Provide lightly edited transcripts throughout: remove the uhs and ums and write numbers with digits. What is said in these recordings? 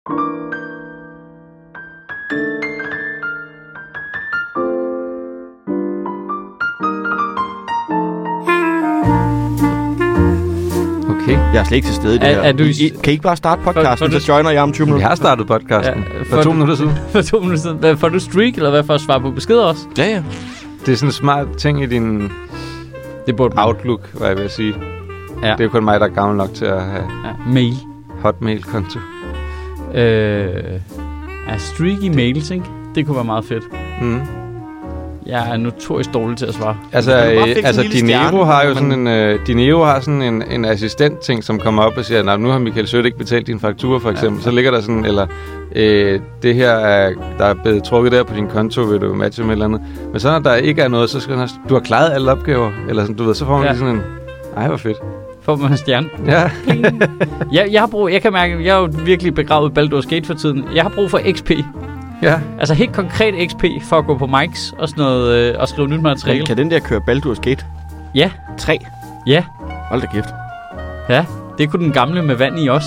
Okay. Jeg er slet ikke til stede i det her. Kan I ikke bare starte podcasten, så joiner jeg om 20 minutter? Vi har startet podcasten for 2 minutter siden. For 2 minutter siden. Hvad, får du streak, eller hvad, for at svare på beskeder også? Ja. Det er sådan en smart ting i din Outlook, hvad jeg vil sige. Ja. Det er kun mig, der er gammel nok til at have mail. Hotmail-konto. Streaky mails, ikke? Det kunne være meget fedt. Mm. Jeg er notorisk dårlig til at svare. Altså Dinero har jo sådan en Dinero har sådan en assistent-ting, som kommer op og siger, nej, nu har Michael Sødt ikke betalt din faktura, for eksempel. Ja. Så ligger der sådan, eller det her der er blevet trukket der på din konto, vil du matche med et eller andet. Men så når der ikke er noget, så skal du har klaret alle opgaver, eller sådan, du ved, så får man lige sådan en, ej, hvor fedt. Får man en stjerne. Ja. Jeg kan mærke, jeg er jo virkelig begravet i Baldur's Gate for tiden. Jeg har brug for XP. Ja. Altså helt konkret XP for at gå på mics og sådan noget, og skrive nyt materiale. Kan den der køre Baldur's Gate? Ja. 3? Ja. Hold da kæft. Ja, det kunne den gamle med vand i også.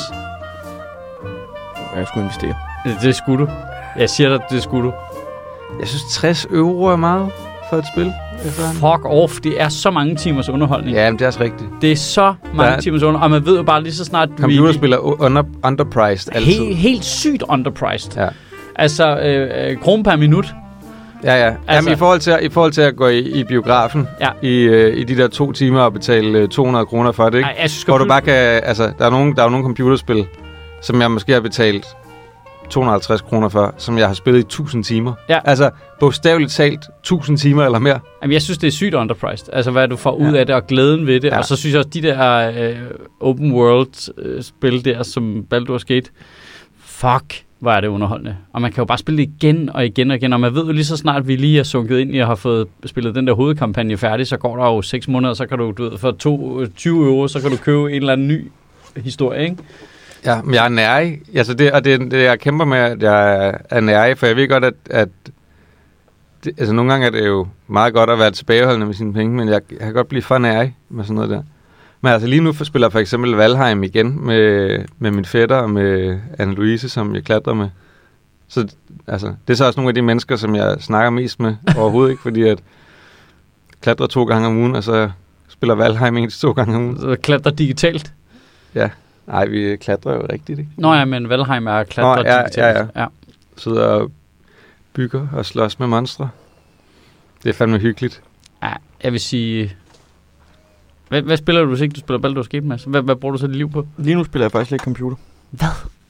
Jeg skulle investere. Det skulle du. Jeg siger dig, det skulle du. Jeg synes 60 euro er meget for et spil. Fuck off, det er så mange timers underholdning. Ja, men det er også rigtigt. Det er så mange timers underholdning, og man ved jo bare lige så snart... Computerspil er underpriced altid. Helt sygt underpriced. Ja. Altså, krone per minut. Ja. Altså, jamen, i forhold til at gå i biografen i de der 2 timer og betale 200 kroner for det, ikke? Ej, hvor du bare kan... Altså, der er jo nogle computerspil, som jeg måske har betalt 250 kroner for, som jeg har spillet i 1000 timer. Ja. Altså, bogstaveligt talt 1000 timer eller mere. Jamen, jeg synes, det er sygt underpriced. Altså, hvad du får ud af det, og glæden ved det. Ja. Og så synes jeg også, de der open world-spil der, som Baldur's Gate, fuck, hvor er det underholdende. Og man kan jo bare spille det igen og igen og igen. Og man ved jo lige så snart, vi lige er sunket ind i og har fået spillet den der hovedkampagne færdig, så går der jo 6 måneder, så kan du ved, for 20 euro, så kan du købe en eller anden ny historie, ikke? Ja, men jeg er nærig. Altså det jeg kæmper med, at jeg er nærig, for jeg ved godt, at altså nogle gange er det jo meget godt at være tilbageholdende med sine penge, men jeg kan godt blive for nærig med sådan noget der. Men altså lige nu spiller jeg for eksempel Valheim igen med min fætter og med Anne-Louise, som jeg klatrer med. Så altså, det er så også nogle af de mennesker, som jeg snakker mest med overhovedet, ikke? Fordi at klatrer 2 gange om ugen, og så spiller Valheim 1-2 gange om ugen. Så klatrer digitalt? Ja. Nej, vi klatrer jo rigtigt, ikke? Nå ja, men Valheim er klatrer digitalt. Ja. Sidder og bygger og slås med monstre. Det er fandme hyggeligt. Ja, jeg vil sige... Hvad spiller du, hvis ikke du spiller Baldur's Gate, Mads? Hvad bruger du så dit liv på? Lige nu spiller jeg faktisk lidt computer. Hvad?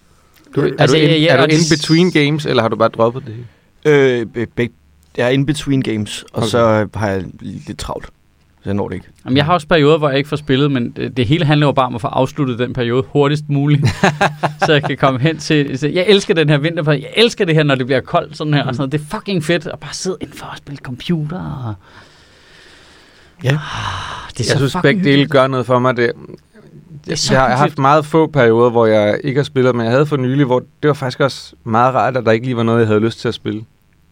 Er du in between games, eller har du bare droppet det? Jeg er in between games, og så har jeg lidt travlt. Så jeg når det ikke. Jamen, jeg har også perioder, hvor jeg ikke får spillet, men det hele handler jo bare om at få afsluttet den periode hurtigst muligt, så jeg kan komme hen til... Jeg elsker den her vinterperiode. Jeg elsker det her, når det bliver koldt sådan her. Og sådan noget. Det er fucking fedt at bare sidde indenfor og spille computer. Ja. Jeg synes, begge dele gør noget for mig. Jeg har haft meget få perioder, hvor jeg ikke har spillet, men jeg havde for nylig, hvor det var faktisk også meget rart, at der ikke lige var noget, jeg havde lyst til at spille.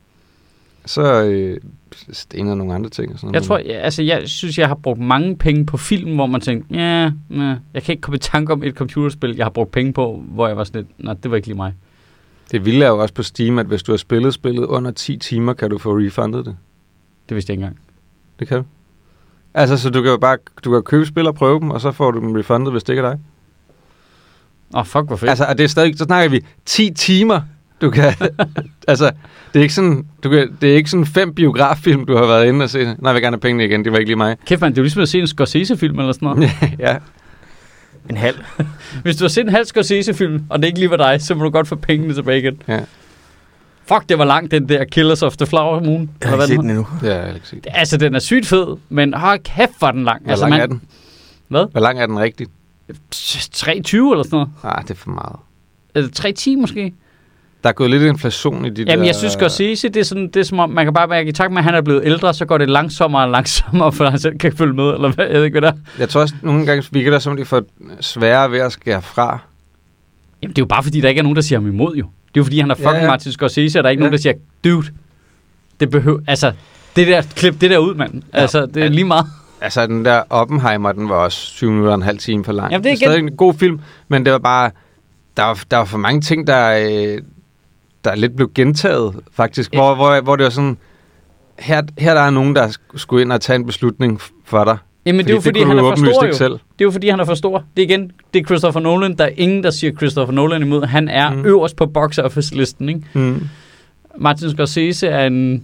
Så stener nogle andre ting. Og sådan jeg synes, jeg har brugt mange penge på film, hvor man tænkte, jeg kan ikke komme i tanke om et computerspil, jeg har brugt penge på, hvor jeg var sådan lidt, nej, det var ikke lige mig. Det vilde er jo også på Steam, at hvis du har spillet spillet under 10 timer, kan du få refundet det. Det vidste jeg ikke engang. Det kan du. Altså, så du kan købe spil og prøve dem, og så får du dem refundet, hvis det ikke er dig. Fuck, hvor fedt. Altså, det er stadig, så snakker vi 10 timer, du kan... altså, det er ikke sådan, det er ikke sådan 5 biograffilm, du har været inde og se. Nej, jeg vil gerne have pengene igen, det var ikke lige mig. Kæft man, det er jo ligesom at se en Scorsese-film eller sådan noget. Ja. En halv. Hvis du har set en halv Scorsese-film, og det ikke lige var dig, så må du godt få pengene tilbage igen. Ja. Fuck, det var langt, den der Killers of the Flower Moon. Jeg har ikke set den endnu. Ja, jeg har ikke set den. Altså, den er sygt fed, men kæft, var den lang. Hvor lang er den? Hvad? Hvor lang er den rigtigt? 3:20 eller sådan noget. Nej, det er for meget. Eller 3:10 måske? Der er gået lidt inflation i de der... Jamen, jeg synes Scorsese, det er som om, man kan bare mærke, i takt med, at han er blevet ældre, så går det langsommere og langsommere, for han selv kan følge med, eller hvad, jeg ved ikke, hvad der. Jeg tror også, nogle gange virker der som, de får sværere ved at skære fra. Jamen, det er jo bare, fordi der ikke er nogen, der siger ham imod, jo. Det er jo, fordi han er fucking Martin Scorsese, og der er ikke nogen, der siger, dude, det behøver... Altså, det der, klip det der ud, mand. Altså, det er lige meget... Altså, den der Oppenheimer, den var også 7 minutter og en halv time for lang. Jamen, det er stadig en god film, men det var bare... Der var for mange ting, der lidt blev gentaget, faktisk. Hvor det var sådan, her der er nogen, der skulle ind og tage en beslutning for dig. Jamen, det er jo fordi, han er for stor jo. Selv. Det er jo fordi, han er for stor. Det er Christopher Nolan. Der er ingen, der siger Christopher Nolan imod. Han er øverst på box office-listen, ikke? Martin Scorsese er en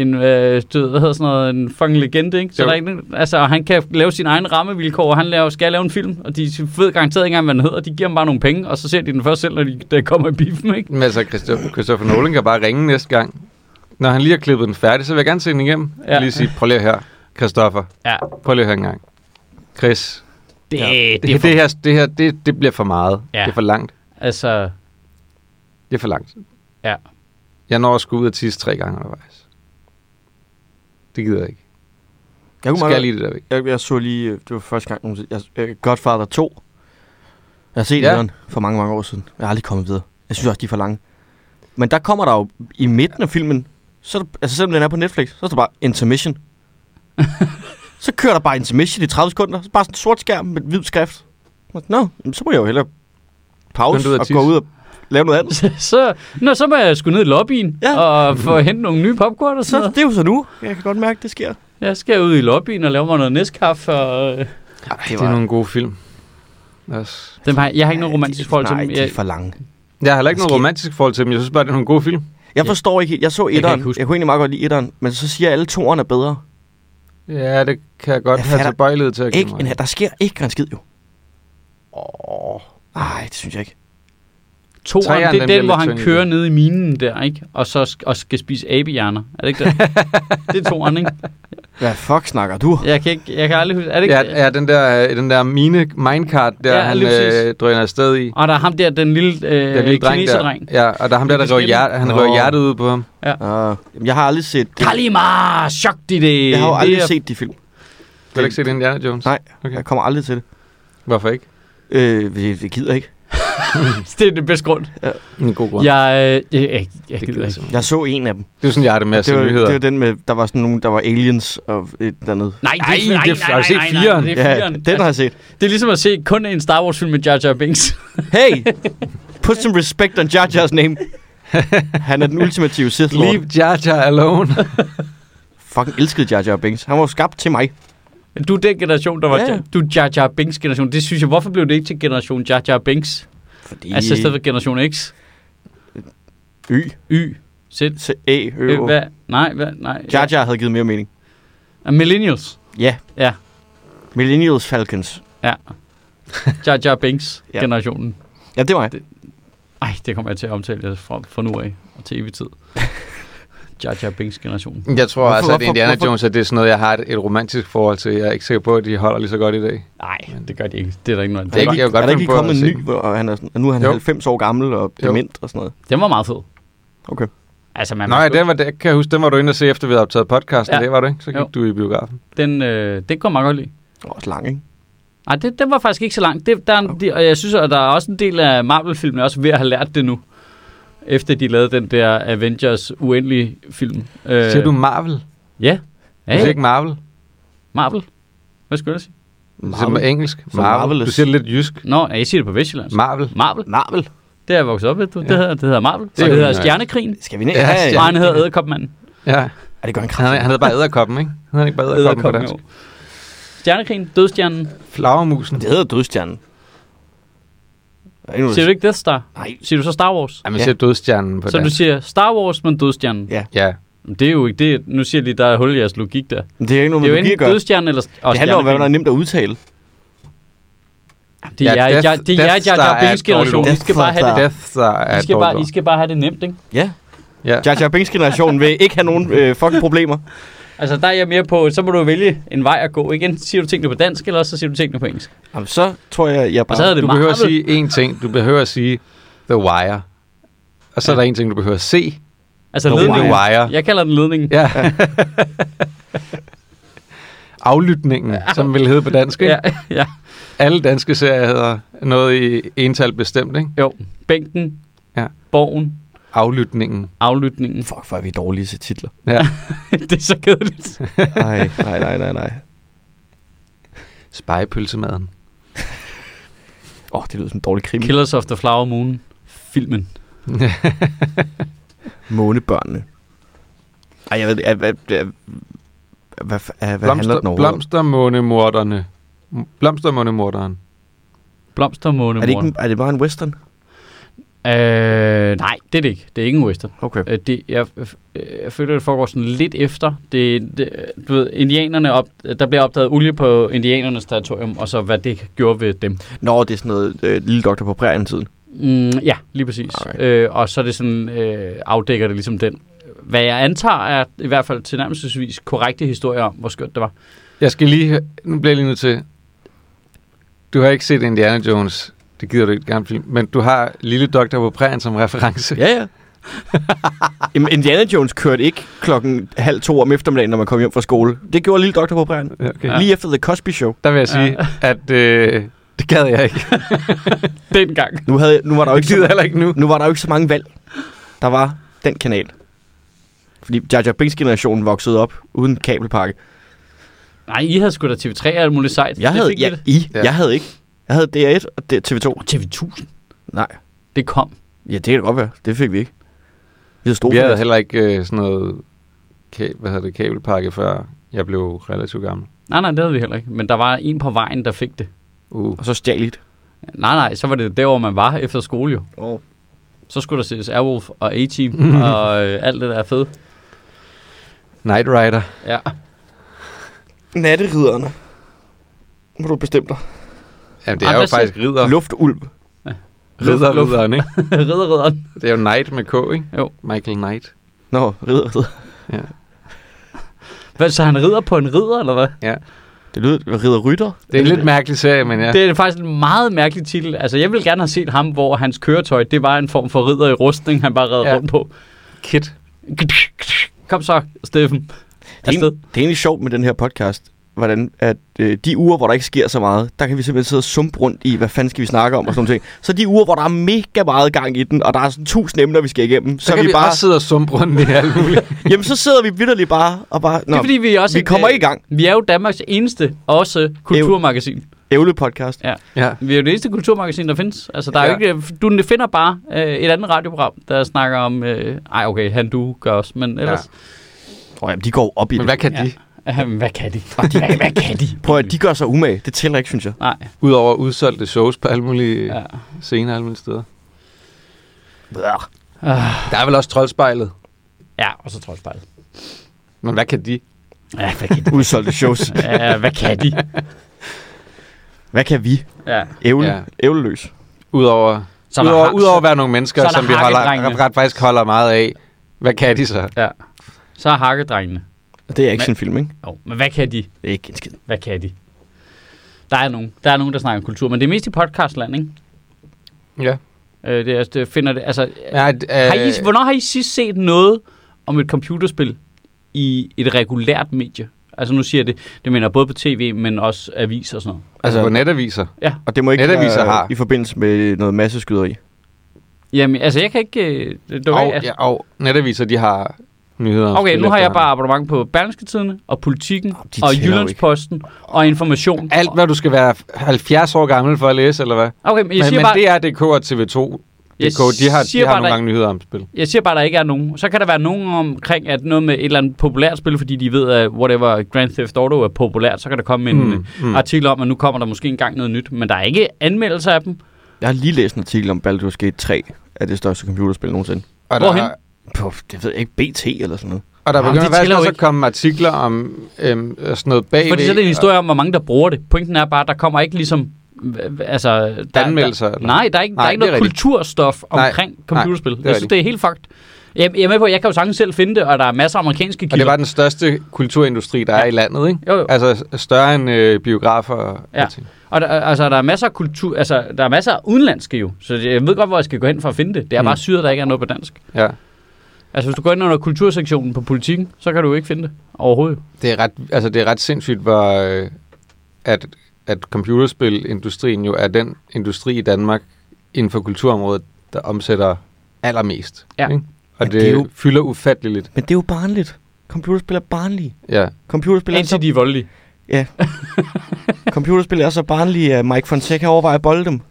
fucking legende, ikke? Så der er ikke, altså, han kan lave sin egen rammevilkår, og han skal lave en film, og de ved garanteret ikke engang, hvad den hedder. De giver ham bare nogle penge, og så ser de den først selv, når der kommer i biffen, ikke? Men altså, Christopher Nolan kan bare ringe næste gang. Når han lige har klippet den færdig, så vil jeg gerne se den igennem. Ja. Lige sige, prøv lige her, Christopher. Ja. Prøv lige her en gang. Chris. Det bliver for meget. Ja. Det er for langt. Altså. Det er for langt. Ja. Jeg når at skulle ud og tisse 3 gange undervejs. Det gider jeg ikke. Jeg lige det der væk. Jeg så lige, det var første gang, Godfather 2. Jeg har set den for mange, mange år siden. Jeg har aldrig kommet videre. Jeg synes også, de er for lange. Men der kommer der jo i midten af filmen, så altså selvom den er på Netflix, så er der bare intermission. Så kører der bare intermission i 30 sekunder. Så bare sådan en sort skærm med hvid skrift. Nå, så må jeg jo hellere pause og gå ud og lave noget andet. Så må jeg sgu ned i lobbyen og få hentet nogle nye popcorn og sådan noget. Det er jo så nu. Jeg kan godt mærke, det sker. Jeg skal ud i lobbyen og lave mig noget næstkaffe. Det er nogle gode film. Yes. Jeg har ikke noget romantisk forhold til dem. Nej, de er for lange. Jeg har heller ikke noget romantisk forhold til dem. Jeg synes bare, det er nogle gode film. Jeg forstår ikke. Jeg så etteren. Jeg kunne egentlig meget godt lide etteren, men så siger alle toerne er bedre. Ja, det kan jeg godt have tilbøjelighed til at give mig. Der sker ikke en skid jo. Nej, det synes jeg ikke. Toeren, det er den, hvor han kører ned i minen der, ikke? Og så skal spise abehjerner. Er det ikke det? Det er toeren, ikke? Hvad fuck snakker du? Jeg kan aldrig huske. Er det ikke ja, den der minecart, der han drøner afsted i. Og der er ham der, den lille kineserdreng. Ja, og der er ham der røver hjertet ud på ham. Ja. Jeg har aldrig set det. Kalima! Chok de det! Jeg har jo aldrig set de film. Du har ikke set Indiana Jones? Nej, jeg kommer aldrig til det. Hvorfor ikke? Vi gider ikke. Det er den bedste grund. Ja. En god grund. Jeg gider ikke. Jeg så en af dem. Det er sådan, jeg har det med at se nyheder. Det var den med, der var sådan nogen, der var aliens og et eller andet. Nej, har du set 4'eren? Ja, den har jeg set. Det er ligesom at se kun en Star Wars film med Jar Jar Binks. Hey! Put some respect on Jar Jar's name. Han er den ultimative Sith Lord. Leave Jar Jar alone. Fucking elskede Jar Jar Binks. Han var jo skabt til mig. Du er den generation, der var... Du er Jar Jar Binks generation. Det synes jeg, hvorfor blev det ikke til generation Jar Jar Binks? Fordi... Altså i stedet for generation X. Y. Z. E. Ø. Hvad? Nej. Jar Jar havde givet mere mening. Millennials. Ja. Millennials Falcons. Ja. Jar Jar Binks generationen. Ja, det var jeg. Det kommer jeg til at omtale fra nu af og til evig tid. Jar Jar Binks generation. Jeg tror at Indiana Jones, at det er sådan noget, jeg har et romantisk forhold til. Jeg er ikke sikker på, at de holder lige så godt i dag. Nej, det gør de ikke. Det er der ikke noget. Er der ikke kommet en ny, hvor han er, nu er han 90 år gammel og dement og sådan noget? Den var meget fed. Okay. Altså, den kan jeg huske, den var du inde og se, efter vi havde optaget podcasten. Det var du ikke? Så gik du i biografen. Den går meget godt lide. Det var også lang, ikke? Nej, den var faktisk ikke så lang. Og jeg synes, at der er også en del af Marvel-filmene også ved at have lært det nu. Efter de lavede den der Avengers uendelige film. Siger du Marvel? Ja. Du siger ikke Marvel? Marvel? Hvad skulle jeg sige? Du siger det på engelsk. Marvel. Du siger det lidt jysk. Nå, jeg siger det på vestjylland. Marvel. Det er jeg vokset op ved, du. Det hedder Marvel. Det hedder Stjernekrigen. Skal vi ned? Og han hedder Edderkopmanden. Ja. Det gør en han hedder bare Edderkoppen, ikke? Han hedder ikke bare Edderkoppen på dansk. Stjernekrigen, Dødstjernen. Flagermusen. Det hedder Dødstjernen. Siger du ikke Death Star? Nej. Siger du så Star Wars? Ja, man siger Dødstjernen på så dansk. Du siger Star Wars, men Dødstjernen? Ja. Det er jo ikke det. Nu siger de, der er hul i jeres logik der. Det er ikke noget, det er jo enten Dødstjernen eller det handler om, hvad der er nemt at udtale. Det er Jar Jar Binks generation. I skal bare have det. I skal bare have det nemt, ikke? Ja. Jar Jar Binks generation vil ikke have nogen fucking problemer. Altså, der er jeg mere på, så må du vælge en vej at gå. Igen, siger du tingene på dansk, eller så siger du tingene på engelsk? Jamen, så tror jeg bare... Du behøver at sige én ting. Du behøver at sige The Wire. Og så er der en ting, du behøver at se. Altså The Wire. Jeg kalder den ledningen. Ja. Aflytningen, som vil hedde på dansk, ikke? Ja. Alle danske serier hedder noget i ental bestemt, ikke? Jo. Bænken. Ja. Borgen. Aflytningen. Fuck, hvor er vi dårlige til titler. Ja. Det er så kedeligt. Nej. Spejepølsemaden. Det lyder som en dårlig krimi. Killers of the Flower Moon. Filmen. Månebørnene. Ej, jeg ved hvad handler den over? Blomstermånemorderne. Blomstermånemorderen. Blomstermånemorderen. Er det bare en western? Nej, det er det ikke. Det er ikke en western. Okay. Jeg føler, det foregår sådan lidt efter. Du ved, indianerne der bliver opdaget olie på indianernes territorium, og så hvad det gjorde ved dem. Nå, det er sådan noget Lille Doktor på prærien-tiden. Ja, lige præcis. Okay. Og så er det sådan, afdækker det ligesom den. Hvad jeg antager er i hvert fald tilnærmelsesvis korrekte historier om, hvor skønt det var. Nu bliver jeg lige nødt til. Du har ikke set Indiana Jones. Det gider du ikke gerne film. Men du har Lille Doktor på prærien som reference. Ja. Indiana Jones kørte ikke 1:30 om eftermiddagen, når man kom hjem fra skole. Det gjorde Lille Doktor på prærien. Okay. Lige efter The Cosby Show. Der vil jeg sige, at det gad jeg ikke. Dengang. Nu var der jo ikke heller ikke nu. Nu var der jo ikke så mange valg. Der var den kanal. Fordi Jar Jar Binks-generationen voksede op uden kabelpakke. Nej, I havde sgu da TV3 og alt muligt sejt. Jeg havde ikke. Jeg havde DR1 og TV2. Og TV1000? Nej. Det kom. Ja, det kan det godt være. Det fik vi ikke. Vi havde heller ikke sådan noget kabelpakke, før jeg blev relativt gammel. Nej, det havde vi heller ikke. Men der var en på vejen, der fik det. Og så stjæligt. Nej, så var det der, hvor man var efter skole jo. Så skulle der ses Airwolf og A-Team og alt det der fede. Knight Rider. Ja. Natteridderne. Må du bestemme dig. Jamen, det er jo faktisk ridder. Luftulv. Ja. Ridderen, ikke? Ridderen. Det er jo Knight med K, ikke? Jo. Michael Knight. Nå, ridder. Ja. Hvad, så han rider på en ridder, eller hvad? Ja. Det lyder ridderrytter. Det er en lidt mærkelig serie, men ja. Det er faktisk en meget mærkelig titel. Altså, jeg ville gerne have set ham, hvor hans køretøj, det var en form for ridder i rustning, han bare redde rundt på. Kit. Kom så, Steffen. Det er egentlig sjovt med den her podcast, hvordan at de uger, hvor der ikke sker så meget, der kan vi simpelthen sidde og sumpe rundt i, hvad fanden skal vi snakke om og sådan noget. Så de uger, hvor der er mega meget gang i den, og der er sådan 1000 emner, vi skal igennem, så kan vi bare sidde og sumpe rundt i alt muligt. Jamen, så sidder vi vitterligt bare og bare... Det er fordi, vi kommer i gang. Vi er jo Danmarks eneste, også kulturmagasin. Ævle-podcast. Ja. Vi er jo det eneste kulturmagasin, der findes. Altså, der er jo ikke... Du finder bare et andet radioprogram, der snakker om... han du gør også, men ellers... Jamen, de går op i men det. Hvad kan de? Hvad kan de? Hvad kan de? Prøv at de gør sig umage. Det tæller ikke, synes jeg. Nej. Udover udsolgte shows på alle mulige scener, alle mulige steder. Der er vel også Troldspejlet. Ja, og så Troldspejlet. Men hvad kan de? Ja, hvad kan de? Udsolgte shows. Hvad kan de? Hvad kan vi? Ja. Ævleløs. Udover at være nogle mennesker, som vi faktisk holder meget af. Hvad kan de så? Ja. Så er Hakkedrengene. Det er actionfilm, ikke? Jo, men hvad kan de? Det er ikke en skid. Hvad kan de? Der er nogen, der snakker kultur, men det er mest i podcastland, ikke? Ja. Det finder det, altså... Hvornår har I sidst set noget om et computerspil i et regulært medie? Altså nu siger jeg det mener både på tv, men også aviser og sådan noget. Altså på netaviser? Ja. Og det må ikke være i forbindelse med noget masseskyderi? Jamen, altså jeg kan ikke... Og netaviser, de har nyheder. Okay, nu har jeg bare abonnement på Berlingske Tidende, og Politikken, og Jyllandsposten, og Information. Alt, hvad du skal være 70 år gammel for at læse, eller hvad? Okay, men det er DK og TV2. De har nogle gange nyheder om spil. Jeg siger bare, at der ikke er nogen. Så kan der være nogen omkring, at noget med et eller andet populært spil, fordi de ved, at whatever Grand Theft Auto er populært, så kan der komme en artikel om, at nu kommer der måske engang noget nyt. Men der er ikke anmeldelser af dem. Jeg har lige læst en artikel om Baldur's Gate 3, af det største computerspil nogensinde. Hvorhen? Det ved jeg ikke, BT eller sådan noget. Og der begynder faktisk også at komme artikler om sådan noget bagved. Fordi så er det en historie om, hvor mange der bruger det. Pointen er bare, at der kommer ikke ligesom... Altså, anmeldelser? Nej, der er ikke noget kulturstof omkring computerspil. Jeg synes, det er helt fucked. Jeg er med på, at jeg kan jo sagtens selv finde det, og der er masser af amerikanske kilder. Og det var den største kulturindustri, der er i landet, ikke? Jo. Altså større end biografer og ting. Og der er masser af kultur, altså der er masser af udenlandske jo, så jeg ved godt, hvor jeg skal gå hen for at finde det. Det er bare syret, der ikke er noget på dansk. Ja. Altså hvis du går ind under kultursektionen på Politikken, så kan du jo ikke finde det overhovedet. Det er ret sindssygt, hvor at computerspilindustrien jo er den industri i Danmark inden for kulturområdet, der omsætter allermest. Ja. Ikke? Og det fylder ufatteligt lidt. Men det er jo barnligt. Computerspil er barnlige. Ja. Computerspil er indtil de er voldelige. Ja. Computerspil er så barnlige, at Mike Fonseca overvejer at bolde dem.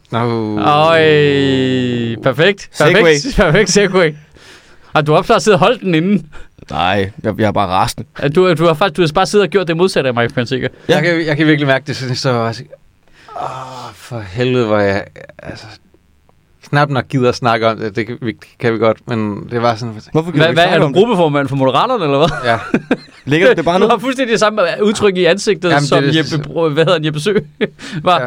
Perfekt. Segway. Perfekt segway. Og du har bare siddet og holdt den inden. Nej, jeg er bare rasende. Du har bare siddet og gjort det modsatte af Mike Fonseca. Ja. Jeg kan virkelig mærke det, så også. For helvede, hvor jeg knap nok gider at snakke om det. Det kan vi godt, men det var sådan... Hvad er du gruppeformand for Moderaterne, eller hvad? Ja. Ligger det bare nu? Du har fuldstændig det samme udtryk i ansigtet, jamen, som Jeppe Sø. Nej.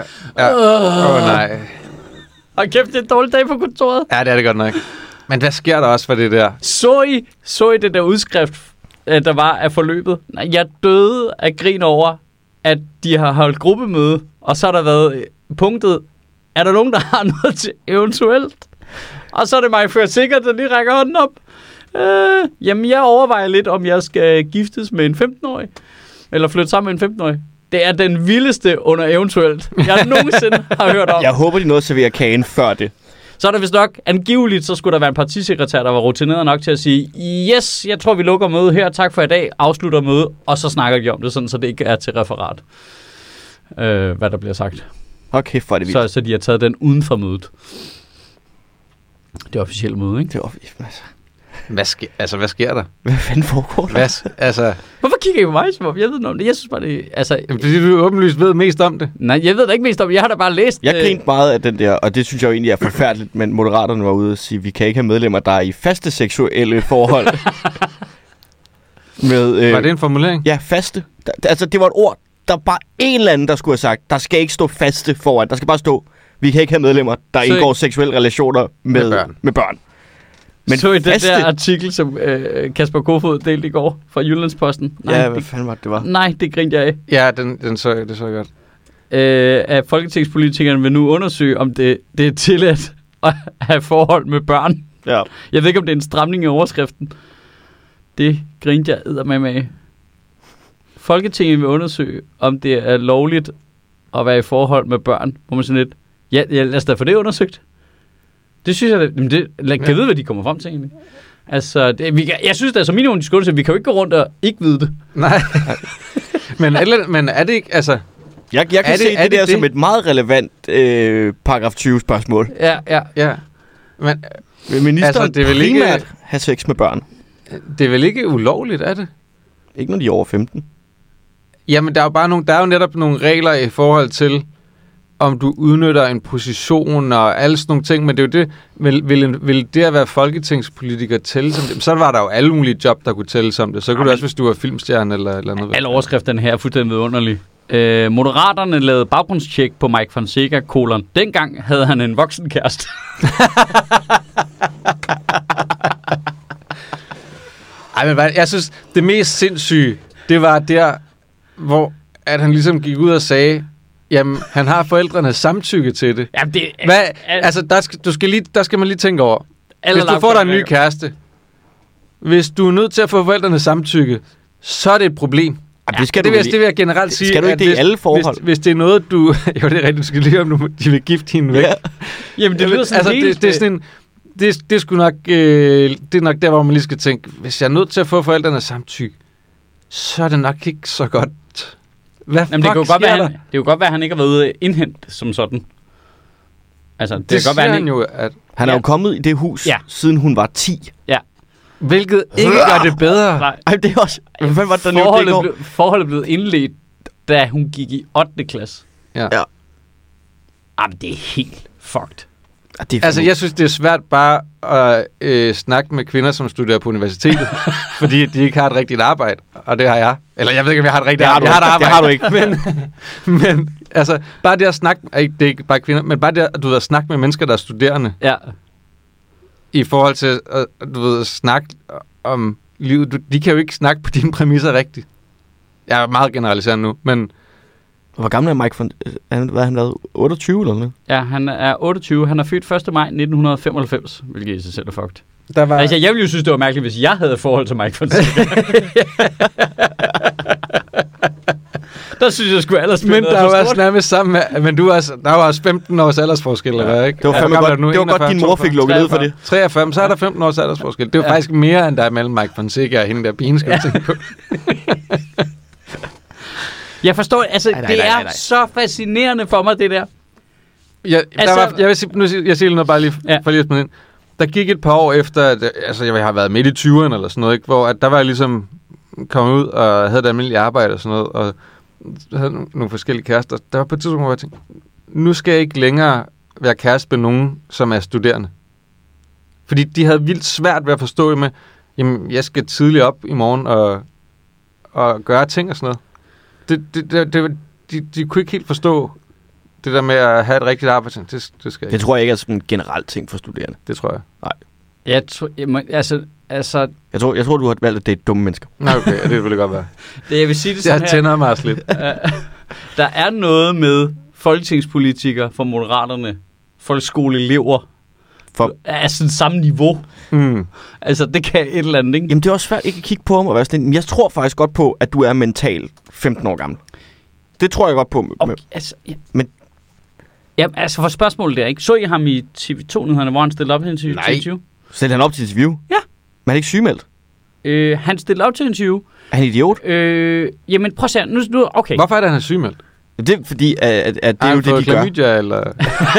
Og kæft, det er en dårlig dag på kontoret. Ja, det er det godt nok. Men hvad sker der også for det der? Så I det der udskrift, der var af forløbet? Jeg døde af grin over, at de har holdt gruppemøde, og så har der været punktet, er der nogen, der har noget til eventuelt? Og så er det mig for sikkert, der lige rækker hånden op. Jamen, jeg overvejer lidt, om jeg skal giftes med en 15-årig, eller flytte sammen med en 15-årig. Det er den vildeste under eventuelt, jeg nogensinde har hørt om. Jeg håber, de nåede at servere kagen før det. Så er der vist nok, angiveligt, så skulle der være en partisekretær, der var rutineret nok til at sige, yes, jeg tror, vi lukker mødet her, tak for i dag, afslutter mødet, og så snakker de om det, sådan, så det ikke er til referat, hvad der bliver sagt. Okay, for det vildt. Så de har taget den uden for mødet. Det er officielt møde, ikke? Det er officielt, altså. Hvad sker der? Hvad fanden foregår der? Hvorfor kigger I på mig, som om jeg ved noget om det? Jeg synes bare, det... Jamen, fordi du åbenlyst ved mest om det. Nej, jeg ved da ikke mest om det. Jeg har da bare læst... Jeg grinte meget af den der, og det synes jeg jo egentlig er forfærdeligt, men Moderaterne var ude og sige, vi kan ikke have medlemmer, der er i faste seksuelle forhold. Var det en formulering? Ja, faste. Det var et ord, der bare en eller anden, der skulle have sagt, der skal ikke stå faste foran. Der skal bare stå, vi kan ikke have medlemmer, der indgår seksuelle relationer med børn. Men så i den der artikel, som Kasper Kofod delte i går fra Jyllandsposten? Nej, hvad fanden var det var? Nej, det grinte jeg af. Ja, det så jeg godt. At folketingspolitikerne vil nu undersøge, om det er tilladt at have forhold med børn. Ja. Jeg ved ikke, om det er en stramning i overskriften. Det grinte jeg eddermame af. Folketinget vil undersøge, om det er lovligt at være i forhold med børn. Hvor man sådan lidt, ja, lad os da få det undersøgt. Det synes jeg, kan vide, hvad de kommer frem til egentlig. Altså, jeg synes, det er som minimum, de skal undersøge. Vi kan jo ikke gå rundt og ikke vide det. Nej. men er det ikke, altså... Jeg kan se det der som et meget relevant paragraf 20 spørgsmål. Ja. Men vil ministeren det vil primært ikke have sex med børn? Det er vel ikke ulovligt, er det? Ikke når de er over 15. Jamen, der er jo netop nogle regler i forhold til, om du udnytter en position og alle sådan nogle ting, men det er jo det, vil det at være folketingspolitiker tælle som det? Så var der jo alle mulige job, der kunne tælle som det. Så kunne du også, hvis du var filmstjerne eller noget. Alle overskrifterne her er fuldstændig vidunderlige. Moderaterne lavede baggrundstjek på Mike Fonseca, dengang havde han en voksen kæreste. Ej, men jeg synes, det mest sindssyge, det var der, hvor at han ligesom gik ud og sagde, jamen, han har forældrenes samtykke til det. Jamen, altså, der skal man lige tænke over. Hvis du får dig en ny kæreste, hvis du er nødt til at få forældrenes samtykke, så er det et problem. Ja, det vil jeg generelt sige. Skal du ikke det i alle forhold? Hvis det er noget, du... Jo, det er rigtigt, du skal lige om de vil gifte hende væk. Ja. Jamen, det lyder sådan helt... Det er sådan en... Det er sgu nok... det er nok der, hvor man lige skal tænke, hvis jeg er nødt til at få forældrenes samtykke, så er det nok ikke så godt. Hvad Jamen, det kan jo godt være, at han ikke har været ude indhent som sådan. Altså, det kan godt være, han jo, at... Han er jo kommet i det hus, siden hun var 10. Ja. Hvilket ikke gør det bedre. Nej. Ej, det er også... Hvad var det, forholdet blev indledt, da hun gik i 8. klasse. Ja. Jamen, det er helt fucked. Altså, jeg synes, det er svært bare at snakke med kvinder, som studerer på universitetet, fordi de ikke har et rigtigt arbejde, og det har jeg. Eller jeg ved ikke, om jeg har et rigtigt arbejde. Det har du ikke. Men altså, bare det at snakke... Det er ikke bare kvinder, men bare det at snakke med mennesker, der er studerende. Ja. I forhold til at snakke om livet. De kan jo ikke snakke på dine præmisser rigtigt. Jeg er meget generaliserende nu, men... Hvor gammel er Mike hvad han været? 28 eller noget? Ja, han er 28. Han er født 1. maj 1995, hvilket i sig selv er fucked. Altså, jeg ville jo synes, det var mærkeligt, hvis jeg havde forhold til Mike Fonseca. Der synes jeg sgu ellers... Men der var også nærmest sammen med... Men der var også 15 års aldersforskel, eller ikke? Det var godt, din mor fik lukket ud for det. 43, så er der 15 års aldersforskel. Det var faktisk mere, end der er mellem Mike Fonseca og hende der pigen, skal jeg tænke på. Jeg forstår, altså det er så fascinerende for mig, det der. Jeg siger noget bare lige for lige at smide ind. Der gik et par år efter, at jeg har været midt i 20'erne eller sådan noget, ikke? Hvor at der var jeg ligesom kommet ud og havde et almindeligt arbejde og sådan noget, og havde nogle forskellige kærester. Der var på et tidspunkt, hvor jeg tænkte, nu skal jeg ikke længere være kæreste med nogen, som er studerende. Fordi de havde vildt svært ved at forstå det med, jamen, jeg skal tidligt op i morgen og gøre ting og sådan noget. De kunne ikke helt forstå det der med at have et rigtigt arbejde. Det skal jeg ikke. Det tror jeg ikke er sådan en generel ting for studerende. Det tror jeg. Nej. Jeg tror, du har valgt at date dumme mennesker. Nej, okay, det ville godt være. Jeg vil sige det sådan her. Jeg tænder mig også lidt. Der er noget med folketingspolitikere for Moderaterne, folkeskoleelever, af sådan samme niveau. Altså, det kan et eller andet, ikke? Jamen, det er også svært ikke at kigge på ham og være sådan. Men jeg tror faktisk godt på, at du er mentalt 15 år gammel. Det tror jeg godt på. Okay, men altså for spørgsmålet der, ikke? Så I ham i TV2-nyhederne, hvor han stillede op til en interview? Stillede han op til interview? Ja. Men han er ikke sygemeldt? Han stillede op til interview. Er han idiot? Jamen, prøv at se. Nu, okay. Hvorfor er det, han er sygemeldt? Det er fordi, at det er jo det, de klamydia, gør. Eller?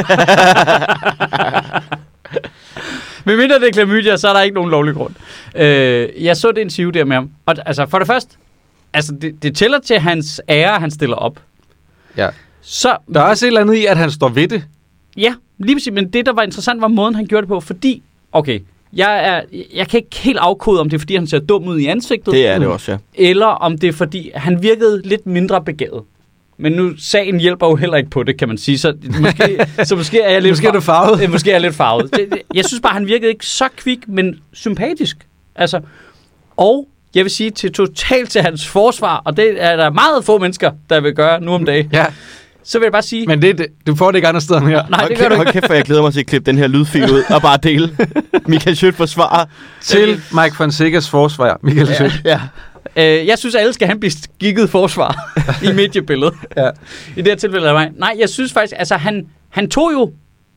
Men mindre det er klamydia, så er der ikke nogen lovlig grund. Jeg så det interview der med ham. Og altså, for det første, altså, det tæller til hans ære, han stiller op. Ja. Så, der er også et eller andet i, at han står ved det. Ja, lige præcis. Men det, der var interessant, var måden, han gjorde det på. Fordi, okay, jeg kan ikke helt afkode, om det er, fordi han ser dum ud i ansigtet. Det er det også, ja. Eller om det er, fordi han virkede lidt mindre begavet. Men nu, sagen hjælper jo heller ikke på det, kan man sige. Så måske er jeg lidt måske er du farvet. Måske er jeg lidt farvet. Jeg synes bare, han virkede ikke så kvik, men sympatisk. Altså, og jeg vil sige totalt til hans forsvar, og det er der meget få mennesker, der vil gøre nu om dagen. Ja. Så vil jeg bare sige... Men du får det ikke andre steder her. Nej, det gør du ikke. Hold kæft, for jeg glæder mig til at klippe den her lydfil ud og bare dele. Michael Schødt forsvarer. Til Mike Fonsecas forsvar, Michael Schødt. Ja. Jeg synes, alle skal have en beskikket forsvar i mediebilledet. Ja. I det her tilfælde af mig. Nej, jeg synes faktisk, altså han tog jo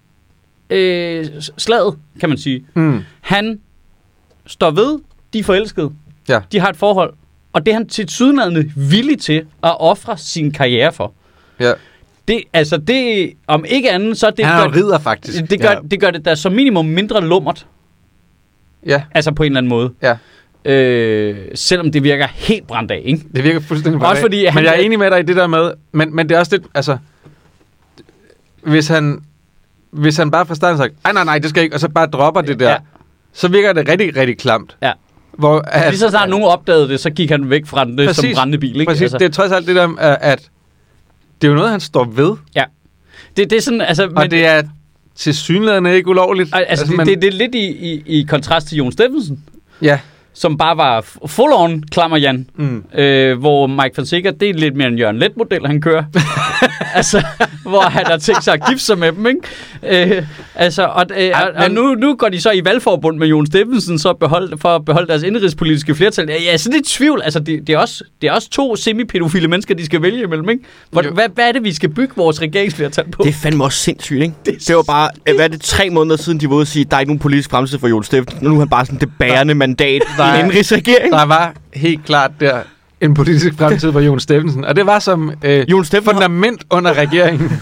slaget, kan man sige. Han står ved, de er forelskede. Ja. De har et forhold. Og det er han tilsyneladende villig til at ofre sin karriere for. Ja. Det, om ikke andet, så det... Han er ridder, faktisk. Det gør det da som minimum mindre lummert. Ja. Altså på en eller anden måde. Ja. Selvom det virker helt brændt af, ikke? Det virker fuldstændig brændt af. Fordi men jeg er enig med dig i det der med, men det er også lidt, altså, hvis han bare fra starten sagt, nej, det skal ikke, og så bare dropper det der, så virker det rigtig, rigtig klamt. Ja. Lige så snart nogen opdagede det, så gik han væk fra det præcis, som brændende bil, ikke? Præcis, altså. Det er trods alt det der, at det er jo noget, han står ved. Ja. Det er sådan, altså... Og det er tilsyneladende ikke ulovligt. Altså det er lidt i kontrast til Jon Steffensen. Ja. Som bare var full-on Klammer-Jan. Hvor Mike Fonseca, det er lidt mere en Jørgen Let-model, han kører. Altså, hvor han har tænkt sig at gifte sig med dem, ikke? Og nu går de så i valgforbund med Jon Steffensen, så for at beholde deres indrigspolitiske flertal. Ja, så det er tvivl. Altså, det er også to semi-pædofile mennesker, de skal vælge imellem, ikke? Hvad er det, vi skal bygge vores regeringsflertal på? Det er fandme også sindssygt, ikke? Det var bare, hvad er det, 3 måneder siden, de var ude at sige, der er ikke nogen politisk fremtid for Jon Steffensen. Nu er han bare sådan det bærende mandat i en indrigsregering. Der var helt klart der en politisk fremtid for Jon Steffensen, og det var som fundament under regeringen.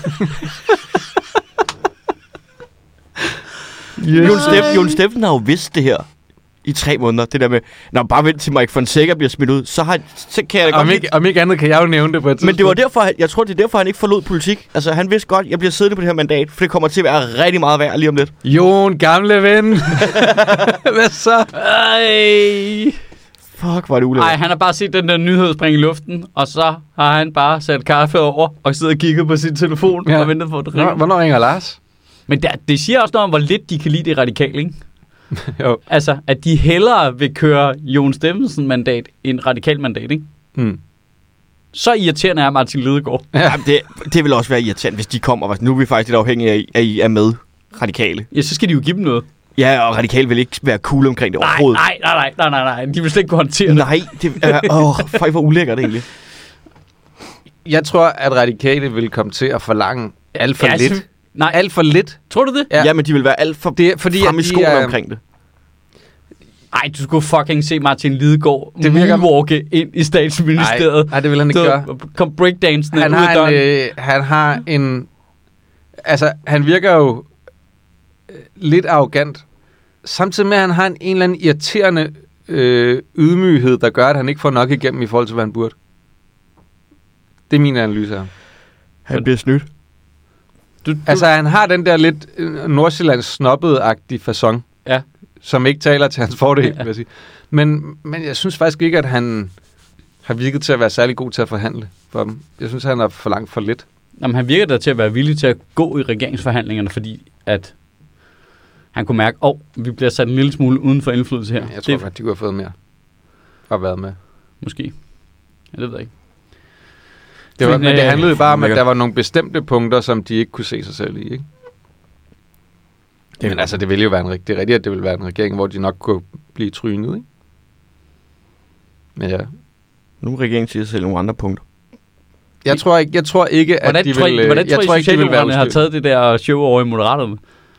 Jon Steffensen har jo vidst det her i 3 måneder. Det der med, når man bare venter til Mike Fonseca bliver smidt ud, så kan jeg da godt... Om ikke andet kan jeg jo nævne det på et tidspunkt. Men det var derfor, jeg tror, det er derfor, han ikke forlod politik. Altså, han vidste godt, jeg bliver siddende på det her mandat, for det kommer til at være rigtig meget værd lige om lidt. Jon, gamle ven. Hvad så? Ej. Fuck, var det ulækkert. Nej, han har bare set den der nyhed springe i luften, og så har han bare sat kaffe over og siddet og kigget på sin telefon og ventet på, at det ringer. Hvornår ringer Lars? Men det siger også noget om, hvor lidt de kan lide det radikale, ikke? Jo. Altså, at de hellere vil køre Jon Steffensen-mandat end radikal mandat, ikke? Så irriterende er Martin Lidegaard. Ja. Jamen, det vil også være irriterende, hvis de kommer, og nu er vi faktisk lidt afhængige af, at I er med radikale. Ja, så skal de jo give dem noget. Ja, og radikale vil ikke være cool omkring det overhovedet. Nej. De vil slet ikke kunne håndtere det. Nej, det er hvor ulækkert egentlig. Jeg tror, at radikale vil komme til at forlange alt for lidt. Nej, alt for lidt. Tror du det? Ja, men de vil være alt for fremme i skolen omkring det. Ej, du skulle fucking se Martin Lidegaard moonwalke ind i statsministeriet. Nej, det vil han ikke gøre. Kom breakdancen ud af døren. Han har en... Altså, han virker jo lidt arrogant. Samtidig med, at han har en eller anden irriterende ydmyghed, der gør, at han ikke får nok igennem i forhold til, hvad han burde. Det er min analyse her. Han bliver snydt. Altså, han har den der lidt Nordsjællands snobbede-agtige facon, som ikke taler til hans fordel, vil jeg sige. Men jeg synes faktisk ikke, at han har virket til at være særlig god til at forhandle for dem. Jeg synes, han har forlangt for lidt. Jamen, han virker da til at være villig til at gå i regeringsforhandlingerne, fordi at han kunne mærke, vi bliver sat en lille smule uden for indflydelse her. Jeg tror godt, de kunne have fået mere og været med. Måske. Jeg ved det ikke. Men det handlede bare om, at der var nogle bestemte punkter, som de ikke kunne se sig selv i, ikke? Men altså, det ville jo være det er rigtigt, at det ville være en regering, hvor de nok kunne blive trynet, ikke? Men ja. Nu er regeringen siger sig selv nogle andre punkter. Jeg tror ikke, at de vil... Hvordan tror I, Socialdemokraterne har taget det der show over i Moderaterne?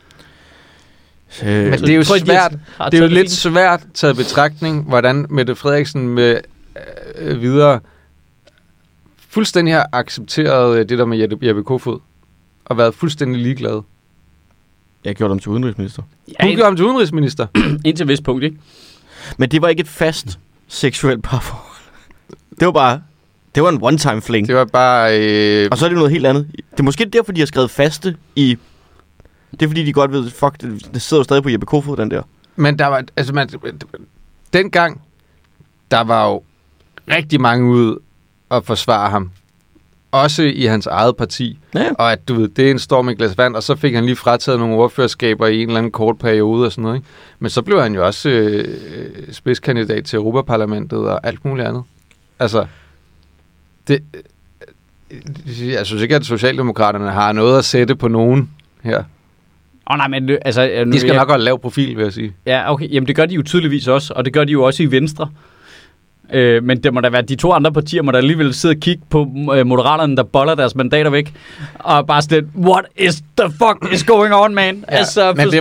Men det er jo svært. Det er jo lidt svært taget betragtning, hvordan Mette Frederiksen med videre fuldstændig har accepteret det der med Jeppe Kofod og været fuldstændig ligeglad. Jeg gjorde dem til udenrigsminister. Hun gjorde ham til udenrigsminister. Indtil et vist punkt, ikke? Men det var ikke et fast seksuelt parforhold. Det var en one-time fling. Det var bare... Og så er det noget helt andet. Det er måske derfor, de har skrevet faste i... Det er fordi, de godt ved, fuck, det sidder jo stadig på Jeppe Kofod, den der. Men der var... Altså, dengang, der var jo rigtig mange ude at forsvare ham. Også i hans eget parti. Ja. Og at, du ved, det er en storm i glas vand, og så fik han lige frataget nogle ordførerskaber i en eller anden kort periode og sådan noget, ikke? Men så blev han jo også spidskandidat til Europaparlamentet og alt muligt andet. Altså, jeg synes ikke, at Socialdemokraterne har noget at sætte på nogen her. Nej, men altså... De skal nok godt lave profil, vil jeg sige. Ja, okay. Jamen, det gør de jo tydeligvis også, og det gør de jo også i Venstre. Men det må da være, de to andre partier må da alligevel sidde og kigge på Moderaterne, der boller deres mandater væk, og bare sådan, what is the fuck is going on, man? Ja, altså, men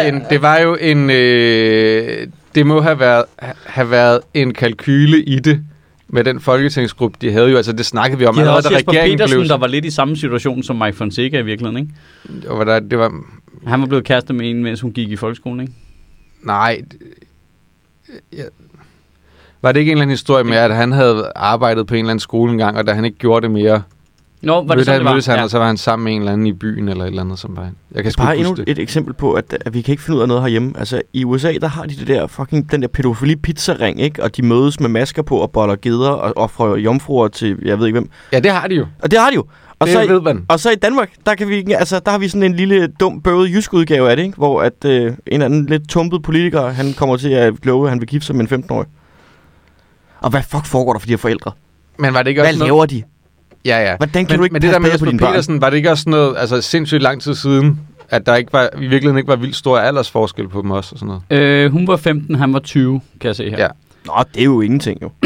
det må have været en kalkyle i det, med den folketingsgruppe, de havde jo, altså det snakkede vi om. De havde også Jesper Petersen, der var lidt i samme situation som Mike Fonseca i virkeligheden, ikke? Og det var... Han var blevet kærester med en, mens hun gik i folkeskolen, ikke? Nej. Var det ikke en eller anden historie med, at han havde arbejdet på en eller anden skole engang, og da han ikke gjorde det mere... Nå, var det sådan, det var? Og så var han sammen med en eller anden i byen, eller et eller andet, som var... Jeg kan bare endnu et eksempel på, at vi kan ikke finde ud af noget herhjemme. Altså, i USA, der har de det der fucking... Den der pædofili-pizzaring, ikke? Og de mødes med masker på og boller geder og offrer jomfruer til... Jeg ved ikke hvem. Ja, det har de jo. Og det har de jo. Og det ved man. Og så i Danmark, der har vi sådan en lille dum, bøvet jysk udgave af det, ikke? Hvor at en eller anden lidt tumpet politiker, han kommer til at love, at han vil gifte sig med en 15-årig. Og hvad fuck foregår der for de her forældre? Men var det ikke også hvad laver de? Ja. Hvordan kan du ikke men det der med Jesper Petersen, var det ikke også noget, altså sindssygt lang tid siden, at der ikke var, i virkeligheden ikke var vildt stor aldersforskel på dem også og sådan noget? Hun var 15, han var 20, kan jeg se her. Ja. Nå, det er jo ingenting jo.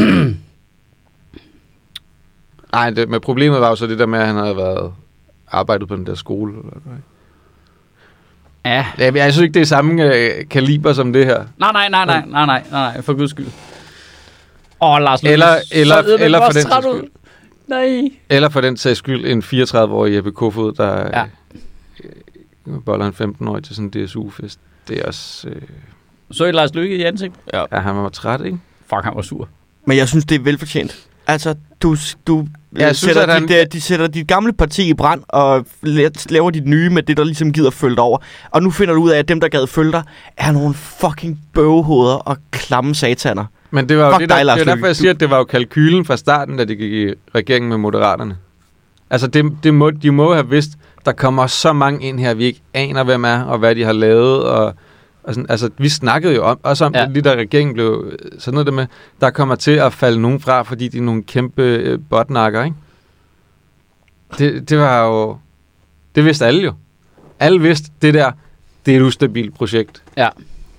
Nej, men problemet var jo så det der med, at han havde været arbejdet på den der skole. Eller ja. Jeg synes ikke, det er samme kaliber som det her. Nej, for guds skyld. Lars Løkke. Eller for den sags skyld. Nej. Eller for den sags skyld en 34-årig Jeppe Kofod, der boller en 15-årig til sådan en DSU-fest. Det er også... Så I Lars Løkke i ansigt? Ja, han var træt, ikke? Fuck, han var sur. Men jeg synes, det er velfortjent. Altså, de sætter dit gamle parti i brand og laver dit nye med det, der ligesom gider følge dig over. Og nu finder du ud af, at dem, der gad følge dig, er nogle fucking bøvehoveder og klamme sataner. Men det var jo det er derfor, jeg siger, at det var jo kalkylen fra starten, da de gik i regeringen med Moderaterne. Altså, de må have vidst, der kommer så mange ind her, vi ikke aner, hvem er, og hvad de har lavet, og sådan, altså, vi snakkede jo om det, lige da regeringen blev sådan noget det med, der kommer til at falde nogen fra, fordi de er nogle kæmpe botnakker, ikke? Det var jo... Det vidste alle jo. Alle vidste, det er et ustabilt projekt. Ja.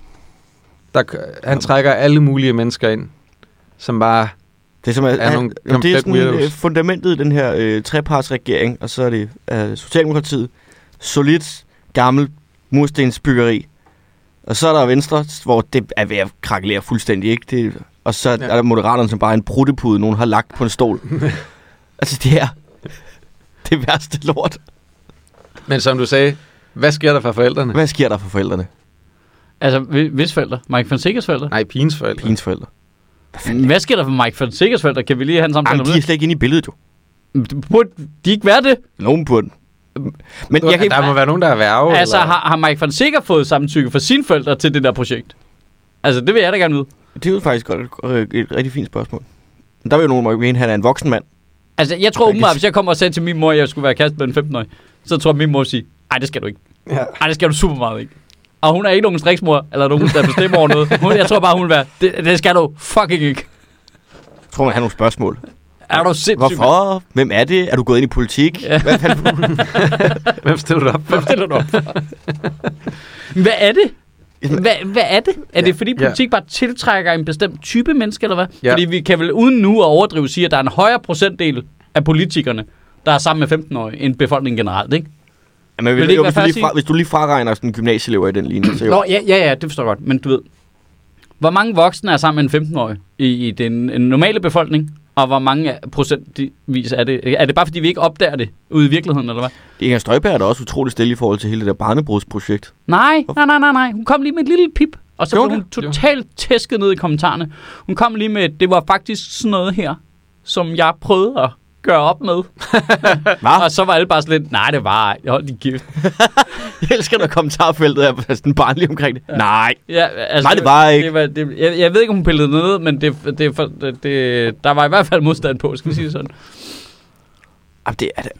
Han trækker alle mulige mennesker ind, som bare det er nogle det er sådan fundamentet i den her trepartsregering, og så er det Socialdemokratiet, solidt, gammelt murstensbyggeri, Og så er der Venstre, hvor det er ved at krakelere fuldstændig, ikke? Og så er der Moderaterne, som bare er en bruttepude, nogen har lagt på en stol. Altså, det er det værste lort. Men som du sagde, hvad sker der for forældrene? Hvad sker der for forældrene? Altså, hvis forældre? Mike Fonsecas forældre? Nej, pigens forældre. Pigens forældre. Hvad sker der for Mike Fonsecas forældre? Kan vi lige have en samtale om det? De er slet ikke inde i billedet, jo. Burde de ikke være det? Nogen burde. Men der må være nogen, der er værge. Altså, har Mike Fonseca fået samtykke fra sine forældre til det der projekt? Altså, det vil jeg da gerne vide. Det er jo faktisk godt et rigtig fint spørgsmål. Men der vil jo nogen måske mene, at han er en voksen mand. Altså, jeg tror umiddelbart, hvis jeg kommer og sagde til min mor, at jeg skulle være kæreste med en 15-årig, så tror jeg, min mor vil sige, ej, det skal du ikke. Ja. Ej, det skal du super meget ikke. Og hun er ikke nogen striksmor, eller nogen, der bestemmer over noget. Jeg tror bare, hun vil være, det skal du fucking ikke. Jeg tror, man har nogle spørgsmål. Er du sindssygt? Hvorfor? Hvem er det? Er du gået ind i politik? Ja. Hvem stiller du op for? Hvad er det? Hvad er det? Er det fordi politik bare tiltrækker en bestemt type menneske, eller hvad? Ja. Fordi vi kan vel uden nu at overdrive sige, at der er en højere procentdel af politikerne, der er sammen med 15-årige, end befolkningen generelt, ikke? Jamen, hvis du lige fraregner sådan en gymnasieelever i den linje, så jo. Nå, ja, det forstår jeg godt. Men du ved, hvor mange voksne er sammen med en 15-årig i den normale befolkning? Og hvor mange procentvis er det? Er det bare, fordi vi ikke opdager det ude i virkeligheden, eller hvad? Inger Støjberg er da også utroligt stille i forhold til hele det der barnebrudsprojekt. Nej. Hun kom lige med et lille pip, og så blev hun totalt tæsket ned i kommentarerne. Hun kom lige med, det var faktisk sådan noget her, som jeg prøvede at gøre op med. Og så var alle bare sådan lidt, nej, det var ej. Hold din gift. Jeg elsker, når kommentarfeltet er sådan barnlig omkring det. Ja. Nej. Ja, altså, nej, det var ikke. Jeg ved ikke, om hun pillede det ned, men der var i hvert fald modstand på, skal vi sige det sådan. Jamen,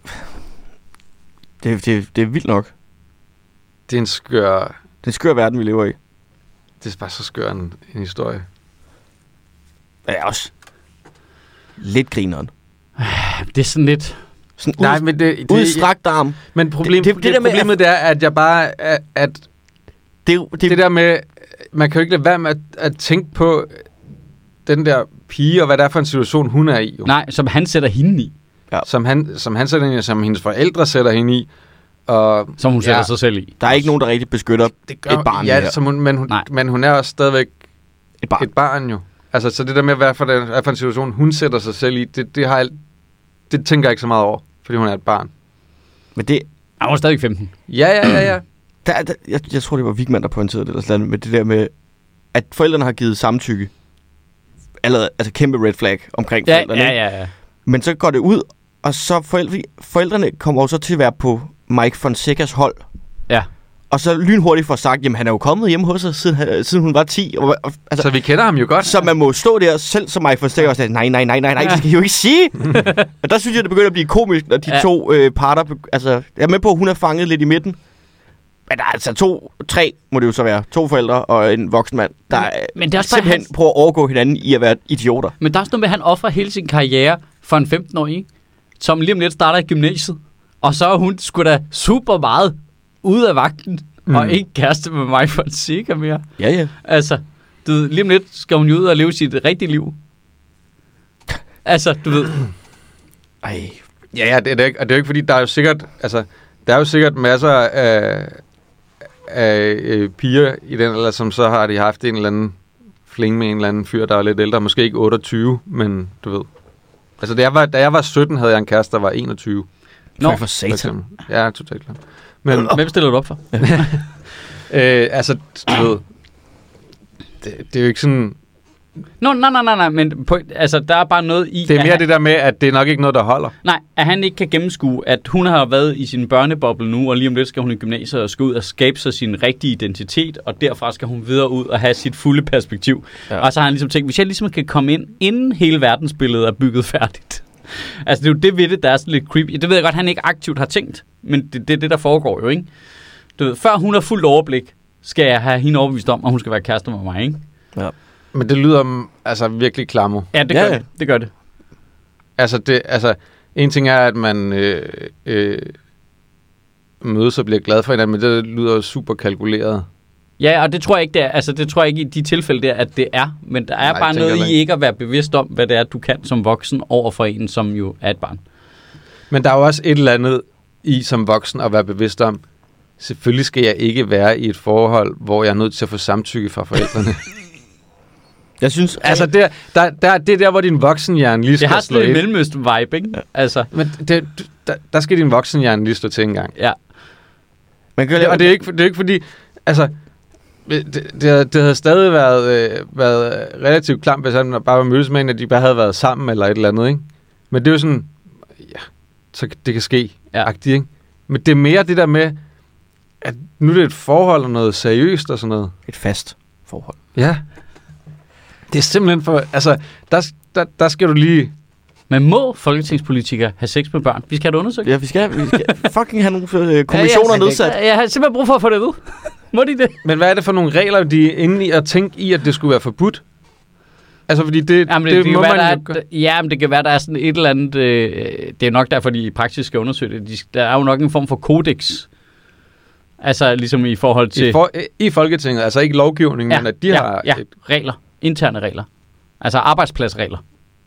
det er vildt nok. Det er en skør verden, vi lever i. Det er bare så skør en historie. Ja, også lidt grineren. Det er sådan lidt... Nej, men det udstrakt arm. Men problemet er, at jeg bare... At det der med... Man kan jo ikke lade være med at tænke på den der pige, og hvad det er for en situation, hun er i. Jo. Nej, som han sætter hende i. Ja. Som han sætter hende i, som hendes forældre sætter hende i. Og, som hun sætter sig selv i. Der er ikke nogen, der rigtig beskytter et barn. Ja, men hun er også stadigvæk et barn jo. Altså, så det der med, hvad for en situation hun sætter sig selv i, det tænker jeg ikke så meget over, fordi hun er et barn. Men det... hun er stadig 15. Ja. Jeg tror, det var Wigman, der pointerede det, eller sådan, med det der med, at forældrene har givet samtykke. Altså kæmpe red flag omkring forældrene. Ja. Men så går det ud, og så forældrene kommer jo så til at være på Mike Fonsecas hold. Ja. Og så lynhurtigt får sagt, jamen han er jo kommet hjemme hos os, siden hun var 10. Altså, så vi kender ham jo godt. Så man må stå der selv som Mike Fonseca og sige, nej, det skal I jo ikke sige. Og der synes jeg, det begynder at blive komisk, når de to parter... Altså, jeg er med på, at hun er fanget lidt i midten. Men der er altså 3 må det jo så være. 2 forældre og en voksen mand, der men det er simpelthen prøver at overgå hinanden i at være idioter. Men der er også noget med, at han offrer hele sin karriere for en 15-årig, som lige om lidt starter i gymnasiet. Og så er hun sgu da super meget ude af vagten, og ikke kæreste med Mike Fonseca mere. Ja. Altså, du ved, lige om lidt skal hun jo ud og leve sit rigtige liv. Altså, du ved. Ej. Ja, det er ikke, og det er jo ikke fordi, der er jo sikkert masser af piger i den alder, som så har de haft en eller anden fling med en eller anden fyr, der er lidt ældre, måske ikke 28, men du ved. Altså, da jeg var 17, havde jeg en kæreste, der var 21. Nå, for satan. Ja, totalt klart. Men hvem stiller du op for? altså, du ved, det er jo ikke sådan... Nej, men altså, der er bare noget i... Det er mere det der med, at det er nok ikke noget, der holder. Nej, at han ikke kan gennemskue, at hun har været i sin børneboble nu, og lige om lidt skal hun i gymnasiet og skal ud og skabe sig sin rigtige identitet, og derfra skal hun videre ud og have sit fulde perspektiv. Ja. Og så har han ligesom tænkt, hvis jeg ligesom kan komme ind, inden hele verdensbilledet er bygget færdigt. Altså, det er jo det ved det, der er sådan lidt creepy. Det ved jeg godt, han ikke aktivt har tænkt, men det er det, der foregår jo, ikke? Du ved, før hun har fuldt overblik, skal jeg have hende overbevist om, at hun skal være kæreste med mig, ikke? Ja. Men det lyder altså virkelig klammer. Ja, det gør det. Altså, en ting er, at man mødes og bliver glad for hinanden, men det lyder super kalkuleret. Ja, og det tror jeg ikke, det er. Altså, det tror jeg ikke i de tilfælde der, at det er. Men der er bare noget i ikke at være bevidst om, hvad det er, du kan som voksen over for en, som jo er et barn. Men der er jo også et eller andet i som voksen at være bevidst om, selvfølgelig skal jeg ikke være i et forhold, hvor jeg er nødt til at få samtykke fra forældrene. Jeg synes... Altså, det er der, hvor din voksenhjerne lige skal slå ind. Det har sådan en Mellemøsten-vibe, ikke? Ja. Altså. Men der skal din voksenhjerne lige stå til en gang. Ja. Og det er ikke fordi... Altså, det havde stadig været relativt klamt, hvis han bare var mødtes med en, at de bare havde været sammen eller et eller andet, ikke? Men det er jo sådan... Ja, så det kan ske. Agtigt, ikke? Men det er mere det der med, at nu er det et forhold og noget seriøst og sådan noget. Et fast forhold. Ja. Det er simpelthen for... Altså, der skal du lige... Men må folketingspolitikere have sex med børn? Vi skal have det undersøgt. Ja, vi skal fucking have nogle kommissioner nedsat. Jeg har simpelthen brug for at få det ud. Må de det? Men hvad er det for nogle regler, de er inde i at tænke i, at det skulle være forbudt? Altså, fordi det må man jo gøre. Ja, men det kan være, der er sådan et eller andet... det er nok derfor, de praktisk skal undersøge det. Der er jo nok en form for kodex. Altså, ligesom i forhold til... I Folketinget, altså ikke lovgivning, men at de har... Ja, regler. Interne regler. Altså arbejdspladsregler.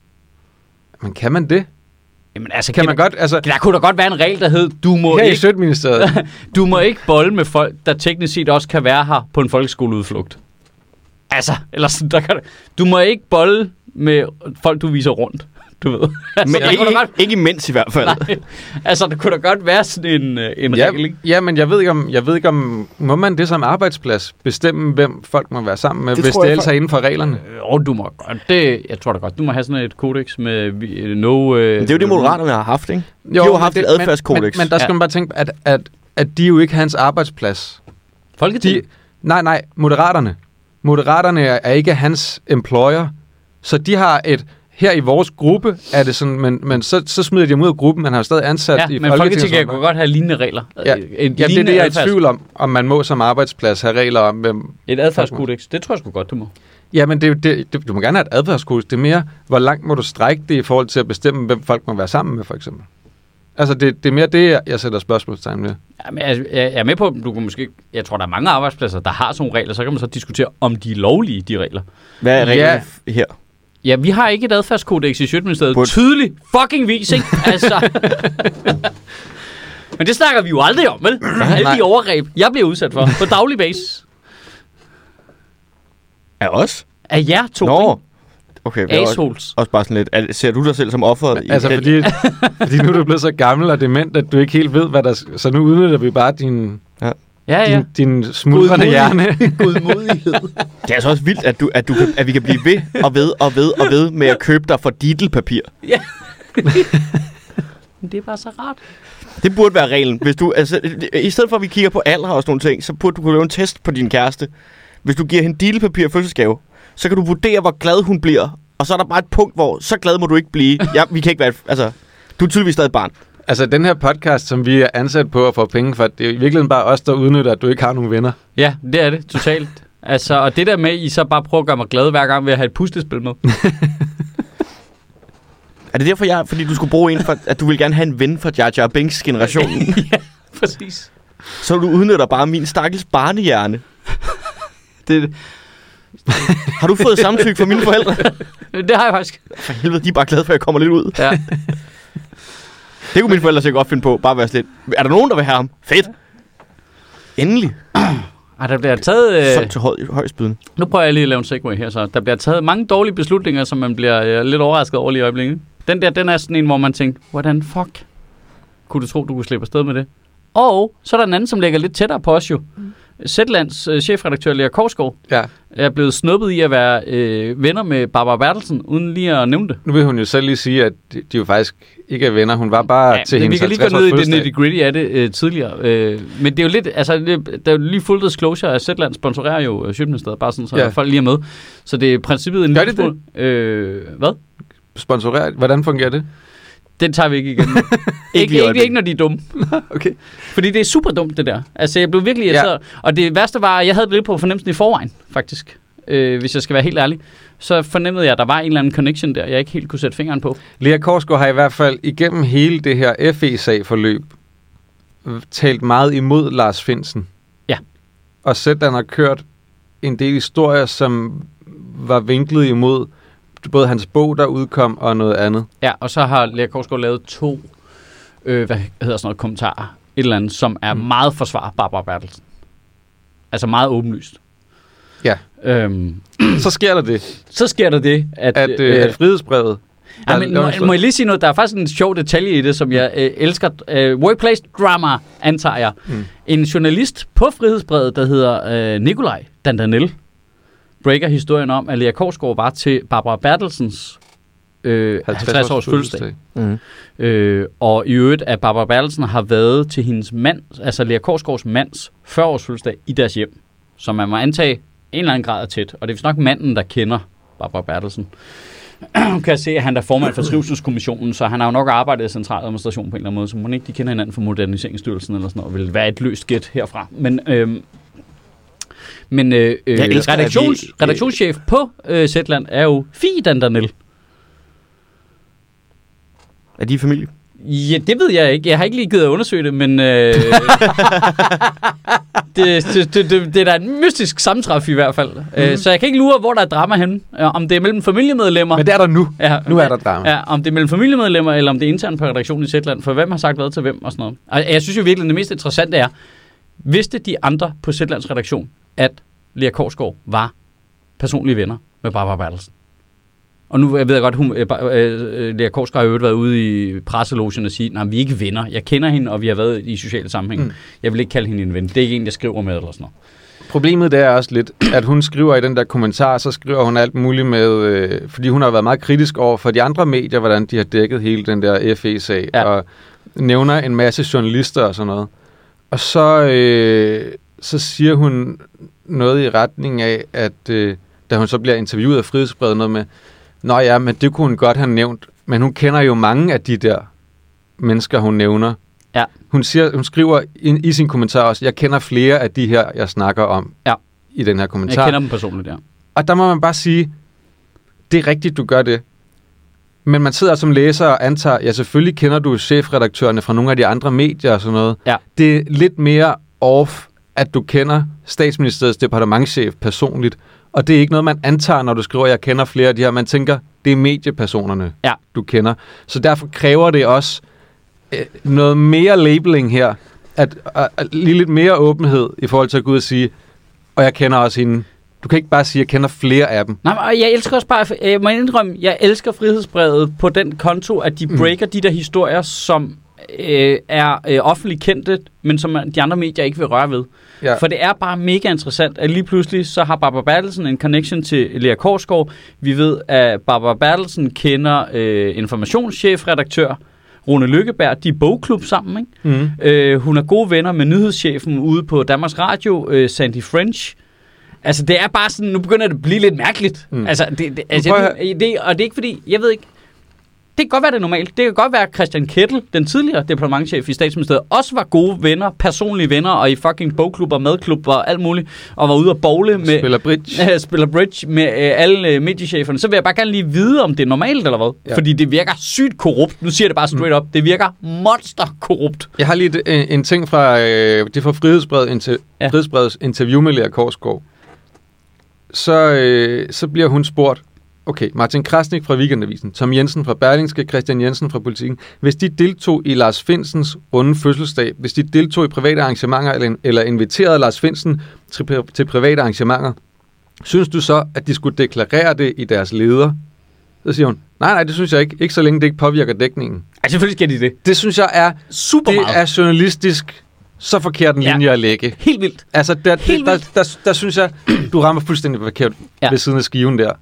Men kan man det? Jamen altså, kan man godt, altså... Der kunne da godt være en regel, der hed, du må her ikke... i Sødministeriet. Du må ikke bolle med folk, der teknisk set også kan være her på en folkeskoleudflugt. Altså, eller sådan, der kan... Du må ikke bolle med folk, du viser rundt. Du ved. Altså, men ikke imens i hvert fald. Nej. Altså, der kunne da godt være sådan en regel, ikke? Ja, men jeg ved ikke om... Må man det som arbejdsplads bestemme, hvem folk må være sammen med, hvis det ellers er inden for reglerne? Du må godt. Jeg tror da godt, du må have sådan et kodex med no... det er jo det, Moderaterne har haft, ikke? De har jo haft et adfærdskodex. Men der skal man bare tænke, at de er jo ikke hans arbejdsplads. Folketinget? Nej, Moderaterne. Moderaterne er ikke hans employer, så de har et... Her i vores gruppe er det sådan, men så smider de dem ud af gruppen, man har jo stadig ansat i Folketinget. Men Folketinget kan godt have lignende regler. Ja, det er det, jeg er i tvivl om man må som arbejdsplads have regler om, hvem... Et adfærdskodex, det tror jeg sgu godt, du må. Ja, men du må gerne have et adfærdskodex. Det er mere, hvor langt må du strække det i forhold til at bestemme, hvem folk må være sammen med, for eksempel. Altså, det er mere det, jeg sætter spørgsmålstegn med. Ja, men jeg er med på, du kan måske... Jeg tror, der er mange arbejdspladser, der har sådan nogle regler, så kan man så diskutere, om de er lovlige, de regler. Hvad er reglerne her? Ja, vi har ikke et adfærdskodex i Sjøtministeriet. Tydelig fucking vis, ikke? Altså. Men det snakker vi jo aldrig om, vel? Alle de overgreb, jeg bliver udsat for på daglig basis. Af os? Af jer to. Nå. Okay, assholes. Også bare sådan lidt. Ser du dig selv som offeret? Altså, fordi nu er du blevet så gammel og dement, at du ikke helt ved, hvad der... Så nu udnytter vi bare din... Ja. Din smuldrende hjerne. Godmodighed. Det er altså også vildt, at vi kan blive ved og ved med at købe dig for diddelpapir. Ja. Det er bare så rart. Det burde være reglen. Hvis du, altså, i stedet for, at vi kigger på alder og sådan nogle ting, så burde du kunne lave en test på din kæreste. Hvis du giver hende diddelpapir og fødselsgave, så kan du vurdere, hvor glad hun bliver. Og så er der bare et punkt, hvor så glad må du ikke blive. Ja, vi kan ikke være... Altså, du er tydeligvis stadig et barn. Altså, den her podcast, som vi er ansat på at få penge for, det er i virkeligheden bare os, der udnytter, at du ikke har nogen venner. Ja, det er det. Totalt. Altså, og det der med, I så bare prøver at gøre mig glad hver gang ved at have et puslespil med. Er det derfor, fordi du skulle bruge en for, at du vil gerne have en ven fra Jar Jar Binks generationen? Ja, præcis. Så du udnytter bare min stakkels barnehjerne. Har du fået samtykke fra mine forældre? Det har jeg faktisk. For helvede, de er bare glade for, at jeg kommer lidt ud. Ja. Det kunne mine forældre sikkert godt finde på. Bare være lidt. Er der nogen, der vil have ham? Fedt. Endelig. Der bliver taget... Folk til højstbydende. Nu prøver jeg lige at lave en segway her så. Der bliver taget mange dårlige beslutninger, som man bliver lidt overrasket over lige i øjeblikket. Den er sådan en, hvor man tænker, hvordan fuck kunne du tro, du kunne slippe afsted med det? Og så er der en anden, som ligger lidt tættere på os jo. Zetlands chefredaktør Lea Korsgaard er blevet snuppet i at være venner med Barbara Bertelsen, uden lige at nævne det. Nu vil hun jo selv lige sige, at de jo faktisk ikke er venner. Hun var bare til hendes 50-års fødselsdag. Vi kan lige gå ned i det nitty-gritty af det tidligere. Men det er jo lidt, altså der er jo lige full disclosure, at Zetland sponsorerer jo Sjøtministeriet, bare sådan, så folk lige er med. Så det er i princippet en... Gør det det? Hvad? Sponsorerer? Hvordan fungerer det? Den tager vi ikke igen. ikke når de er dumme. Okay. Fordi det er super dumt, det der. Altså, jeg blev virkelig irriteret. Ja. Og det værste var, at jeg havde det lidt på fornemmelsen i forvejen, faktisk. Hvis jeg skal være helt ærlig. Så fornemmede jeg, at der var en eller anden connection der, jeg ikke helt kunne sætte fingeren på. Lea Korsgaard har i hvert fald igennem hele det her FE-sag-forløb talt meget imod Lars Findsen. Ja. Og Zetland har kørt en del historier, som var vinklet imod både hans bog, der udkom, og noget andet. Ja, og så har Lea Korsgaard lavet 2 kommentarer. eller andet, som er meget forsvar Barbara Bertelsen. Altså meget åbenlyst. Ja. Så sker der det. At frihedsbrevet... Ja, men må jeg lige sige noget? Der er faktisk en sjov detalje i det, som jeg elsker. Workplace drama, antager jeg. En journalist på Frihedsbrevet, der hedder Nikolaj Dandanel, breaker historien om, at Lea Korsgaard var til Barbara Bertelsens 50-års fødselsdag. Og i øvrigt, at Barbara Bertelsen har været til hendes mand, altså Lea Korsgaards mands 40-års fødselsdag i deres hjem. Så man må antage en eller anden grad af tæt. Og det er vist nok manden, der kender Barbara Bertelsen. Kan jeg se, at han er formand for Trivselskommissionen, så han har jo nok arbejdet i centraladministration på en eller anden måde, så må ikke de kender hinanden fra Moderniseringsstyrelsen eller sådan noget, vil være et løst gæt herfra. Men redaktionschef på Zetland er jo Fie Dandanel. Er de i familie? Ja, det ved jeg ikke. Jeg har ikke lige givet at undersøge det, men det er da en mystisk sammentræf i hvert fald. Så jeg kan ikke lure, hvor der er drama henne. Om det er mellem familiemedlemmer. Men det er der nu. Ja, nu er der drama. Ja, om det er mellem familiemedlemmer, eller om det er internt på redaktionen i Zetland. For hvem har sagt hvad til hvem og sådan noget. Og jeg synes jo virkelig, det mest interessante er, vidste de andre på Zetlands redaktion, at Lea Korsgaard var personlige venner med Barbara Bertelsen? Og nu ved jeg godt, Lea Korsgaard har jo været ude i presselogen og sige, nej, vi er ikke venner. Jeg kender hende, og vi har været i sociale sammenhæng. Jeg vil ikke kalde hende en ven. Det er ikke en, jeg skriver med eller sådan noget. Problemet det er også lidt, at hun skriver i den der kommentar, så skriver hun alt muligt med, fordi hun har været meget kritisk over for de andre medier, hvordan de har dækket hele den der FE-sag, og nævner en masse journalister og sådan noget. Og så siger hun noget i retning af, at da hun så bliver interviewet af Frihedsbrevet, noget med, nå ja, men det kunne hun godt have nævnt, men hun kender jo mange af de der mennesker, hun nævner. Ja. Hun skriver i sin kommentar også, jeg kender flere af de her, jeg snakker om i den her kommentar. Jeg kender dem personligt, ja. Og der må man bare sige, det er rigtigt, du gør det. Men man sidder som læser og antager, ja, selvfølgelig kender du chefredaktørerne fra nogle af de andre medier og sådan noget. Ja. Det er lidt mere off, at du kender Statsministeriets departementschef personligt. Og det er ikke noget, man antager, når du skriver, jeg kender flere af de her. Man tænker, det er mediepersonerne, du kender. Så derfor kræver det også noget mere labeling her. At lige lidt mere åbenhed i forhold til at gå ud og sige, og jeg kender også hende. Du kan ikke bare sige, at jeg kender flere af dem. Nej, men jeg elsker også bare, jeg må indrømme, jeg elsker Frihedsbrevet på den konto, at de breaker de der historier, som er offentligt kendte, men som de andre medier ikke vil røre ved. Ja. For det er bare mega interessant, at lige pludselig så har Barbara Bertelsen en connection til Lea Korsgaard. Vi ved, at Barbara Bertelsen kender informationschefredaktør Rune Lykkeberg. De er bogklub sammen, ikke? Hun er gode venner med nyhedschefen ude på Danmarks Radio, Sandy French. Altså, det er bare sådan, nu begynder det at blive lidt mærkeligt. Altså, og det er ikke fordi, jeg ved ikke, det kan godt være det normalt. Det kan godt være, at Christian Kettel, den tidligere departementschef i Statsministeriet, også var gode venner, personlige venner, og i fucking bogklubber, madklubber og alt muligt, og var ude at bowle med... Spiller bridge med alle mediecheferne. Så vil jeg bare gerne lige vide, om det er normalt eller hvad. Ja. Fordi det virker sygt korrupt. Nu siger jeg det bare straight up. Det virker monsterkorrupt. Jeg har lige en ting fra Frihedsbrevets interview med Lea Korsgaard. Så bliver hun spurgt, okay, Martin Krasnik fra Weekendavisen, Tom Jensen fra Berlingske, Christian Jensen fra Politiken. Hvis de deltog i Lars Findsens runde fødselsdag, hvis de deltog i private arrangementer eller inviterede Lars Findsen til private arrangementer, synes du så, at de skulle deklarere det i deres leder? Så siger hun, nej, det synes jeg ikke. Ikke så længe det ikke påvirker dækningen. Altså selvfølgelig skal de det. Det synes jeg er super meget. Det er journalistisk så forkert en linje at lægge. Helt vildt. Altså, der synes jeg, du rammer fuldstændig forkert ved siden af skiven der.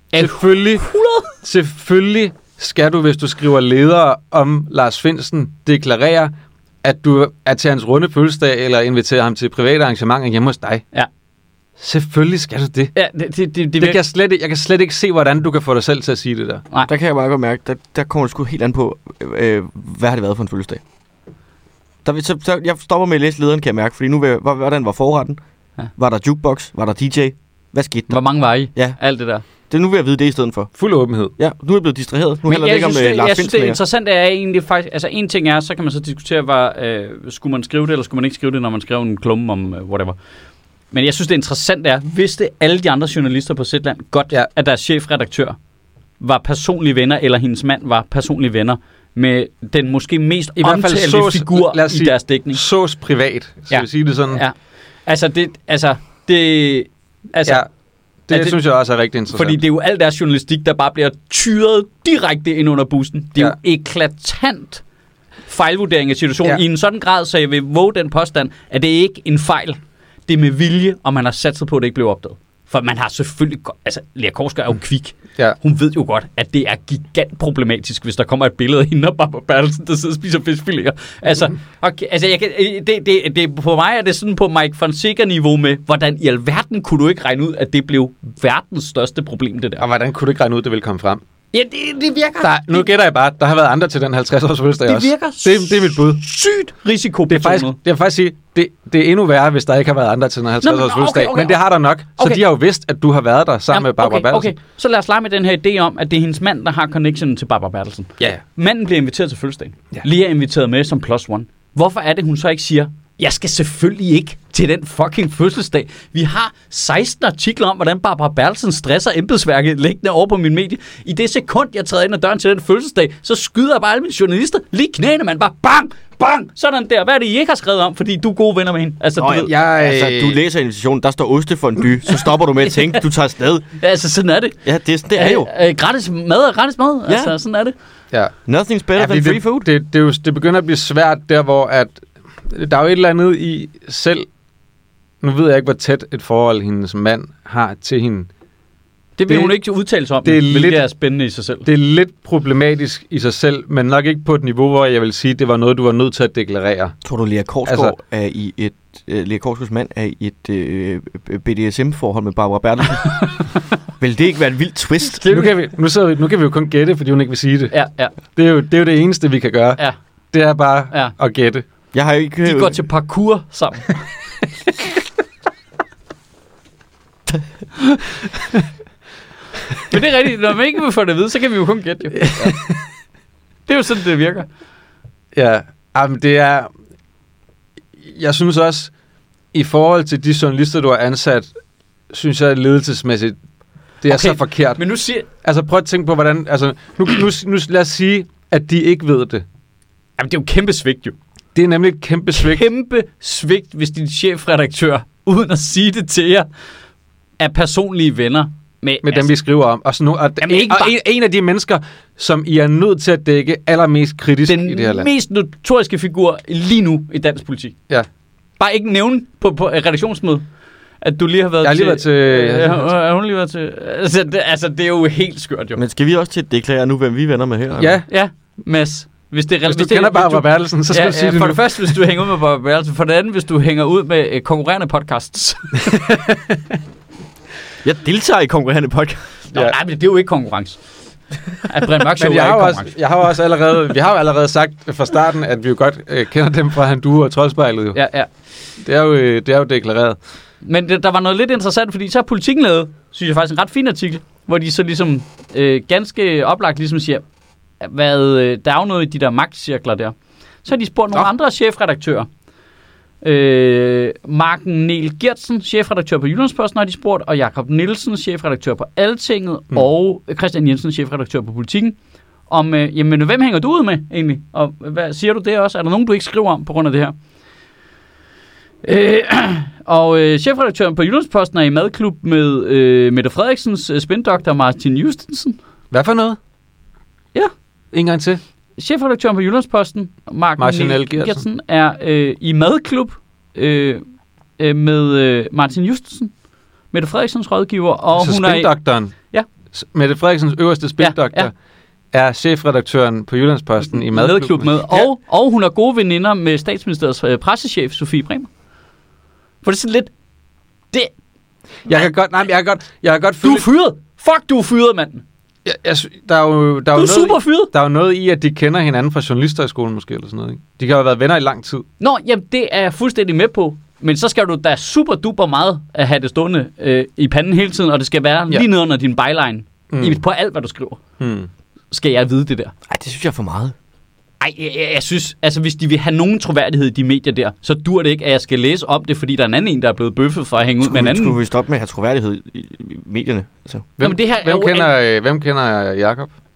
Selvfølgelig skal du, hvis du skriver ledere om Lars Findsen, deklarere, at du er til hans runde fødselsdag, eller inviterer ham til private arrangementer hjemme hos dig. Ja. Selvfølgelig skal du det. Ja, jeg kan slet ikke se, hvordan du kan få dig selv til at sige det der. Nej. Der kan jeg bare godt mærke, der kommer det sgu helt an på, hvad har det været for en fødselsdag. Jeg stopper med at læse lederen, kan jeg mærke, fordi nu, hvordan var forretten? Ja. Var der jukebox? Var der DJ? Hvad skete der? Hvor mange var I? Ja. Alt det der. Det er nu ved at vide det i stedet for. Fuld åbenhed. Ja, nu er jeg blevet distraheret. Nu handler det ikke om Lars Findsen. Jeg synes, det interessante er egentlig faktisk... Altså, en ting er, så kan man så diskutere, skulle man skrive det, eller skulle man ikke skrive det, når man skrev en klumme om whatever. Men jeg synes, det interessante er, vidste alle de andre journalister på Zetland godt, at deres chefredaktør var personlige venner, eller hendes mand var personlige venner med den måske mest omtalte figur i deres dækning. Sås privat, skal vi sige det sådan. Ja. Det synes jeg også er rigtig interessant. Fordi det er jo al deres journalistik, der bare bliver tyret direkte ind under bussen. Det er jo eklatant fejlvurdering af situationen. I en sådan grad, så jeg vil våge den påstand, at det ikke er en fejl. Det er med vilje, og man har satset på, at det ikke blev opdaget. For man har selvfølgelig... Lea Korsgaard er jo kvik. Ja. Hun ved jo godt, at det er gigant problematisk, hvis der kommer et billede af hende og Barbara Bertelsen, der sidder og spiser fiskfiléer. For mig er det sådan på Mike Fonseca-niveau med, hvordan i alverden kunne du ikke regne ud, at det blev verdens største problem, det der. Og hvordan kunne du ikke regne ud, at det ville komme frem? Ja, det virker... Nu gætter jeg bare, der har været andre til den 50-års fødselsdag også. Det er mit bud. Sygt risikobetonet. Det er faktisk sige, det er endnu værre, hvis der ikke har været andre til den 50-års fødselsdag. Men det har der nok. Så de har jo vidst, at du har været der sammen med Barbara Bertelsen. Okay, så lad os lege med den her idé om, at det er hendes mand, der har connection til Barbara Bertelsen. Ja. Manden bliver inviteret til fødselsdagen. Ja. Lea er inviteret med som plus one. Hvorfor er det, hun så ikke siger, jeg skal selvfølgelig ikke til den fucking fødselsdag. Vi har 16 artikler om, hvordan Barbara Bertelsen stresser embedsværket liggende over på min medie. I det sekund, jeg træder ind ad døren til den fødselsdag, så skyder jeg bare alle mine journalister lige knæene, man. Bare bang, bang, sådan der. Hvad er det, I ikke har skrevet om, fordi du er gode venner med hende? Du læser invitationen, der står ostefondue, så stopper du med at tænke, du tager afsted. Sådan er det. Ja, det er jo. Gratis mad. Ja. Sådan er det. Ja. Nothing's better than free food. Det begynder at blive svært der, hvor at der er jo et eller andet i selv. Nu ved jeg ikke, hvor tæt et forhold hendes mand har til hende. Det vil hun ikke udtale sig om, hvilket er spændende i sig selv. Det er lidt problematisk i sig selv, men nok ikke på et niveau, hvor jeg vil sige, det var noget, du var nødt til at deklarere. Tror du, Lea Korsgaard er i et Lea Korsgaards mand er i et BDSM-forhold med Barbara Bertelsen? Vil det ikke være et vildt twist? Nu kan vi jo kun gætte, fordi hun ikke vil sige det. Ja. Det er jo det eneste, vi kan gøre. Ja. Det er bare at gætte. Jeg har ikke... De går til parkour sammen. Men det er rigtigt. Når man ikke vil få det at vide, så kan vi jo kun gætte. Jo. Ja. Det er jo sådan, det virker. Ja, men det er... Jeg synes også, i forhold til de journalister, du har ansat, synes jeg ledelsesmæssigt, det er så forkert. Men nu siger... Altså prøv at tænke på, hvordan... Altså, nu lad os sige, at de ikke ved det. Jamen, det er jo kæmpe svigt, jo. Det er nemlig et kæmpe svigt. Kæmpe svigt, hvis din chefredaktør, uden at sige det til jer, er personlige venner med dem, vi skriver om. Og, en af de mennesker, som I er nødt til at dække allermest kritisk i det her land. Den mest notoriske figur lige nu i dansk politik. Ja. Bare ikke nævne på redaktionsmøde, at du lige har været Jeg har lige været til... Har hun lige været til... Altså, det er jo helt skørt, jo. Men skal vi også til at deklarere nu, hvem vi er venner med her? Ja, Mads. Hvis du kender Barbara Bertelsen, så skal du sige det for det første, hvis du hænger ud med Barbara Bertelsen. For det andet, hvis du hænger ud med konkurrerende podcasts. Jeg deltager i konkurrerende podcasts. Nej, men det er jo ikke konkurrence. Men jeg har også allerede sagt fra starten, at vi jo godt kender dem fra Handue og Troldspejlet. Jo. Ja. Det er jo deklareret. Men der var noget lidt interessant, fordi så har Politikken lavet, synes jeg faktisk, en ret fin artikel, hvor de så ligesom ganske oplagt ligesom siger, der er jo noget i de der magtcirkler der. Så har de spurgt nogle andre chefredaktører. Marken Niel Gertsen, chefredaktør på Jyllandsposten, har de spurgt, og Jakob Nielsen, chefredaktør på Altinget, og Christian Jensen, chefredaktør på Politikken, om, jamen, hvem hænger du ud med egentlig? Og hvad siger du det også? Er der nogen, du ikke skriver om på grund af det her? Chefredaktøren på Jyllandsposten er i madklub med Mette Frederiksens spindoktor Martin Justensen. Hvad for noget? Ja. En gang til. Chefredaktøren på Jyllandsposten, Martin Gertsen, er i madklub med Martin Justensen, Mette Frederiksens rådgiver. Og så hun spindoktoren? Ja. Mette Frederiksens øverste spindoktor er chefredaktøren på Jyllandsposten i madklub med. Og hun er gode veninder med statsministeriets pressechef, Sofie Bremer. For det er sådan lidt... Jeg kan godt føle... Du er fyret! Fuck, du er fyret, manden! Der er super fyret. Der er jo noget i, at de kender hinanden fra journalister i skolen måske, eller sådan noget, ikke? De kan jo have været venner i lang tid. Nå, jamen, det er jeg fuldstændig med på. Men så skal du da super duper meget at have det stående i panden hele tiden, og det skal være lige nede under din byline. På alt, hvad du skriver. Skal jeg vide det der? Ej, det synes jeg er for meget. Ej, jeg synes, altså hvis de vil have nogen troværdighed i de medier der, så dur det ikke, at jeg skal læse om det, fordi der er en anden en, der er blevet bøffet for at hænge ud med en anden. Skulle vi stoppe med at have troværdighed i medierne? Altså. Hvem kender Jakob?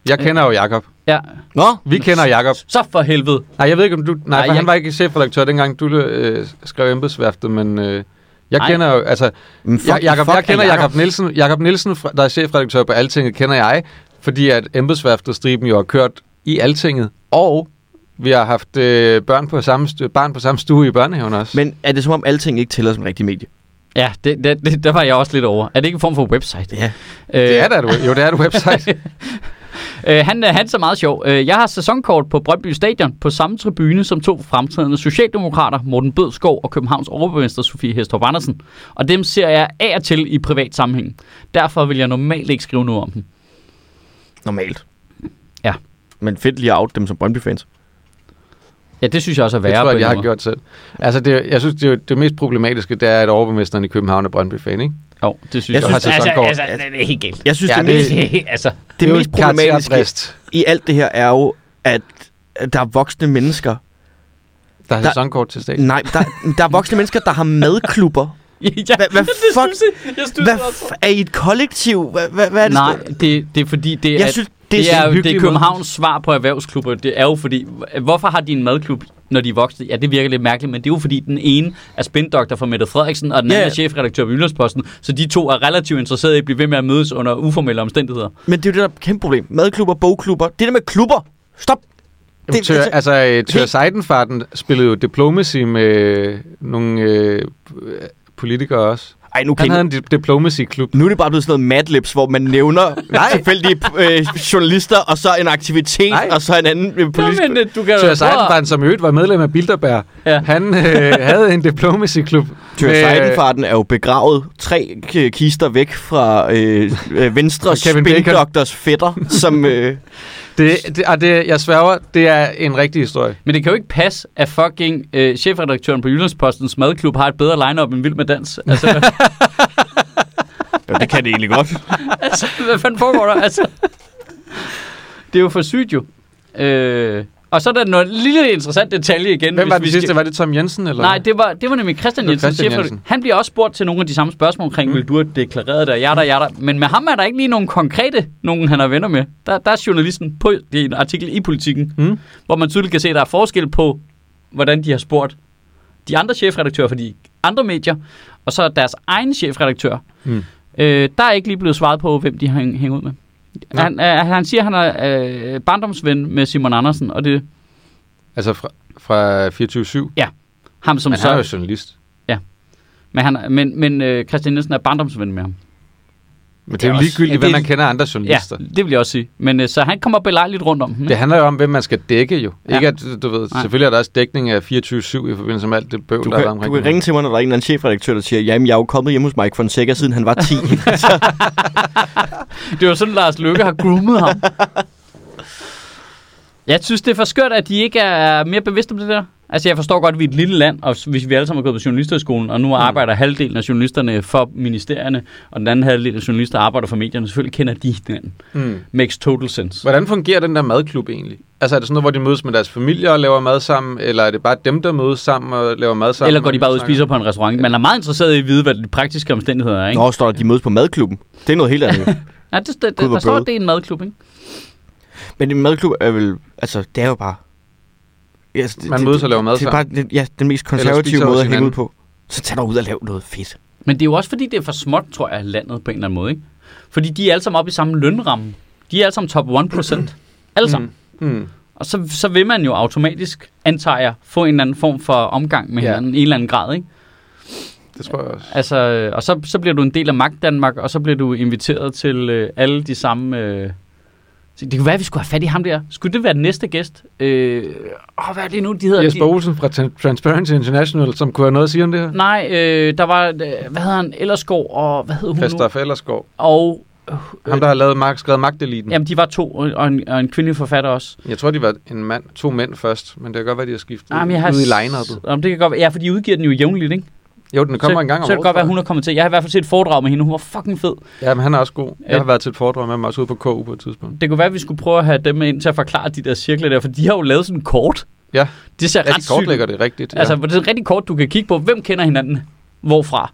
Jeg kender jo Jakob. Ja. Nå? Vi kender Jakob. Så for helvede. Nej, jeg ved ikke, om du... Nej, for han var ikke chefredaktør, dengang du skrev embedsværftet, men... Jeg kender jo, altså... Jeg kender Jakob Nielsen. Jakob Nielsen, der er chefredaktør på Altinget, kender jeg, fordi at embedsværftet-striben jo har kørt i Altinget, og vi har haft barn på samme stue i børnehaven også. Men er det som om Alting ikke tæller som rigtig medie? Ja, der var jeg også lidt over. Er det ikke en form for website? Ja. Det er der, jo, det er et website. Han er så meget sjov. Jeg har sæsonkort på Brøndby Stadion på samme tribune som 2 fremtrædende socialdemokrater, Morten Bødskov og Københavns overborgmester Sofie Hæstrup Andersen. Og dem ser jeg af og til i privat sammenhæng. Derfor vil jeg normalt ikke skrive noget om dem. Normalt? Ja. Men fedt lige at out dem som Brøndby-fans. Ja, det synes jeg også er værre. Det tror jeg har gjort selv. Altså, jeg synes, det mest problematiske, det er, at overborgmesteren i København er Brøndby-fan, ikke? Jo, det synes jeg. Altså, det er helt galt. Jeg synes, det mest problematiske i alt det her er jo, at der er voksne mennesker. Der har sæsonkort til stadion. Nej, der er voksne mennesker, der har madklubber. Hvad er I et kollektiv? Hvad er det? Nej, det er fordi, det er Københavns svar på erhvervsklubber. Det er jo fordi, hvorfor har de en madklub, når de er voksne? Ja, det virker lidt mærkeligt, men det er jo fordi, den ene er spindoktor for Mette Frederiksen, og den anden er chefredaktør på Jyllandsposten, så de to er relativt interesserede i at blive ved med at mødes under uformelle omstændigheder. Men det er jo det, der er kæmpe problem. Madklubber, bogklubber. Det der med klubber. Stop! Tør Seidenfarten spillede jo Diplomacy med nogle politikere også. Ej, han havde en diplomacy-klub. Nu er det bare blevet sådan noget Mad Libs, hvor man nævner tilfældige journalister, og så en aktivitet, og så en anden politisk... Tør Seidenfarten, som øvrigt var medlem af Bilderberg, han havde en diplomacy-klub. Tør Seidenfarten er jo begravet 3 kister væk fra Venstres spindoktors fætter, som... jeg sværger, det er en rigtig historie. Men det kan jo ikke passe, at fucking chefredaktøren på Jyllandspostens madklub har et bedre line-up end Vild med Dans. Altså, ja, det kan det egentlig godt. Altså, hvad fanden foregår der? Altså, det er jo for sygt jo. Og så er der noget lille interessant detalje igen. Hvem var den sidste? Var det Tom Jensen? Eller? Nej, det var nemlig Christian Jensen. Han bliver også spurgt til nogle af de samme spørgsmål omkring, vil du have deklareret det, jada. Men med ham er der ikke lige nogen konkrete, nogen han er venner med. Der er journalisten på en artikel i Politikken, hvor man tydeligt kan se, at der er forskel på, hvordan de har spurgt de andre chefredaktører for de andre medier, og så deres egen chefredaktør. Der er ikke lige blevet svaret på, hvem de hænger ud med. Han siger, at han er barndomsven med Simon Andersen, og det... Altså fra 24/7? Ja. Ham som han er jo journalist. Ja. Men Christian Nielsen er barndomsven med ham. Men det er jo ligegyldigt, hvad man kender andre journalister. Ja, det vil jeg også sige. Men så han kommer belejligt rundt om. Det handler jo om, hvem man skal dække jo. Ja. Ikke at, du ved, selvfølgelig er der også dækning af 24/7 i forbindelse med alt det bøvl, der er omkring. Du kan ringe til mig, når der er en eller anden chefredaktør, der siger, jamen jeg er jo kommet hjemme hos Mike Fonseca, siden han var 10. Det var sådan, Lars Løkke har groomet ham. Jeg synes, det er for skørt, at de ikke er mere bevidste om det der. Altså, jeg forstår godt, at vi er et lille land, og hvis vi alle sammen er gået på journalisterskolen, og nu arbejder halvdelen af journalisterne for ministerierne, og den anden halvdel af journalister arbejder for medierne, selvfølgelig kender de hinanden. Makes total sense. Hvordan fungerer den der madklub egentlig? Altså, er det sådan noget, hvor de mødes med deres familie og laver mad sammen, eller er det bare dem, der mødes sammen og laver mad sammen? Eller går de bare ud og spiser på en restaurant? Man er meget interesseret i at vide, hvad de praktiske omstændigheder er, ikke? Nå, står der, de mødes på madklubben. Det er noget helt andet. Ja, der står, at det er en madklub, ikke? Men en madklub er vel... Altså, det er jo bare... Yes, man mødes og laver mad sammen. Det er bare den mest konservative måde at hænge ud på. Så tag dig ud og lav noget fedt. Men det er jo også fordi, det er for småt, tror jeg, landet på en eller anden måde, ikke? Fordi de er alle sammen oppe i samme lønramme. De er alle sammen top 1%. Alle sammen. Og så vil man jo automatisk, antager jeg, få en eller anden form for omgang med hinanden i en eller anden grad, ikke? Det tror jeg også. Altså, og så bliver du en del af Magt Danmark, og så bliver du inviteret til alle de samme... Det kunne være, at vi skulle have fat i ham der. Skulle det være den næste gæst? Hvad er det nu, de hedder? Jesper Olsen fra Transparency International, som kunne have noget at sige om det her? Nej, der var, hvad hedder han, Ellerskov, og hvad hed hun Christoph Ellerskov. Og... ham, der har skrevet Magteliten. Jamen, de var 2, og en kvindelig forfatter også. Jeg tror, de var 2 mænd først, men det kan godt være, de har skiftet ud i line-up'et. Det kan godt være, ja, for de udgiver den jo jævnligt, ikke? Jo, den kommer en gang om året. Så det kan godt være, hun er kommet til. Jeg har i hvert fald set et foredrag med hende. Hun var fucking fed. Ja, men han er også god. Jeg har været til et foredrag med mig også ude på KU på et tidspunkt. Det kunne være, at vi skulle prøve at have dem ind til at forklare de der cirkler der, for de har jo lavet sådan en kort. Ja, det ser ret sygt. Kortlægger det rigtigt. Altså, det er rigtig kort, du kan kigge på, hvem kender hinanden hvorfra.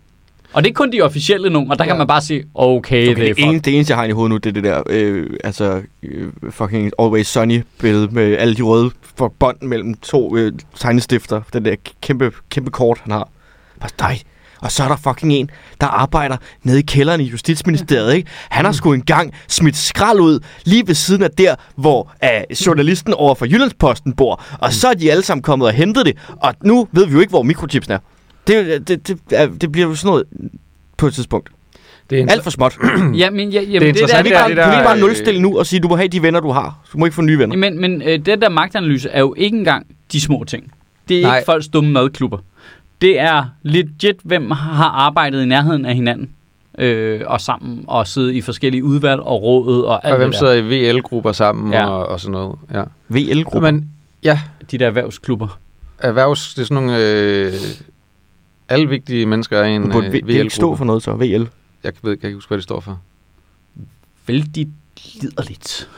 Og det er kun de officielle numre, og der kan man bare sige, okay det er det eneste, jeg har i hovedet nu, det er det der, fucking Always Sunny-billede med alle de røde bånd mellem to tegnestifter. Den der kæmpe kort, han har. Bare dig. Og så er der fucking en, der arbejder nede i kælderen i Justitsministeriet, ikke? Han har sgu engang smidt skrald ud lige ved siden af der, hvor journalisten over for Jyllandsposten bor. Og så er de alle sammen kommet og hentet det. Og nu ved vi jo ikke, hvor mikrochipsen er. Det bliver jo sådan noget på et tidspunkt. Det er alt for småt. Det er interessant. Du kan ikke bare nulstille nu og sige, du må have de venner, du har. Du må ikke få nye venner. Men det der magtanalyse er jo ikke engang de små ting. Det er ikke folks dumme madklubber. Det er legit, hvem har arbejdet i nærheden af hinanden og sammen og siddet i forskellige udvalg og rådet og alt. Og hvem sidder i VL-grupper sammen og sådan noget. Ja. VL-grupper? Men, ja. De der erhvervsklubber. Det er sådan nogle... alle vigtige mennesker er i en VL-gruppe. Det ikke stå for noget så, VL? Jeg kan ikke huske, hvad det står for. Vældig liderligt.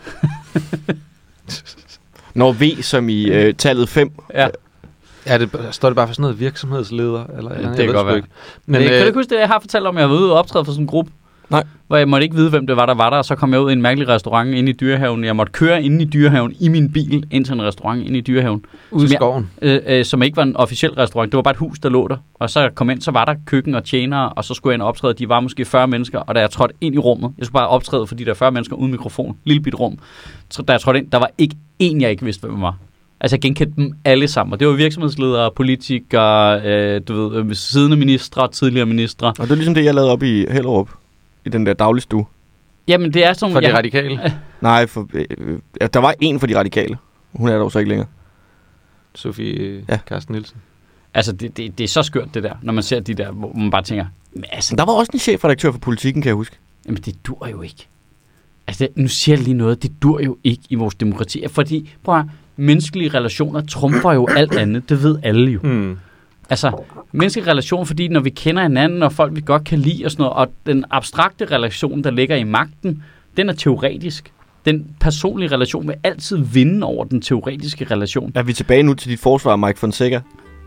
Når V som i tallet 5... Ja. Står det bare for sådan noget virksomhedsleder? Eller, det kan godt være. Men, kan du ikke huske det, jeg har fortalt om, at jeg var ude og optræde for sådan en gruppe? Nej. Hvor jeg måtte ikke vide, hvem det var, der, og så kom jeg ud i en mærkelig restaurant inde i Dyrehaven. Jeg måtte køre inde i Dyrehaven i min bil ind til en restaurant inde i Dyrehaven. Ude i skoven? Som ikke var en officiel restaurant. Det var bare et hus, der lå der. Og så kom ind, så var der køkken og tjenere, og så skulle jeg ind og optræde. De var måske 40 mennesker, og da jeg trådte ind i rummet, jeg skulle bare optræde, fordi der er 40 mennesker uden mikrofon. Lille bit rum. Da jeg trådte ind, der var ikke én, jeg ikke vidste, hvem var. Altså, jeg genkendte dem alle sammen, og det var virksomhedsledere, politikere, siddende ministre, tidligere ministre. Og det er ligesom det, jeg lavede op i Hellerup, i den der dagligstue. Jamen, det er sådan... For de radikale? Nej, der var en for de radikale. Hun er dog så ikke længere. Sofie Carsten Nielsen. Altså, det er så skørt, det der, når man ser de der, hvor man bare tænker... Altså, der var også en chefredaktør for Politikken, kan jeg huske. Jamen, det dur jo ikke. Altså, nu siger jeg lige noget, det dur jo ikke i vores demokrati. Fordi, prøv at menneskelige relationer trumfer jo alt andet. Det ved alle jo. Altså, menneskelige relationer, fordi når vi kender hinanden, og folk vi godt kan lide og sådan noget, og den abstrakte relation, der ligger i magten, den er teoretisk. Den personlige relation vil altid vinde over den teoretiske relation. Er vi tilbage nu til dit forsvar, Mike Fonseca?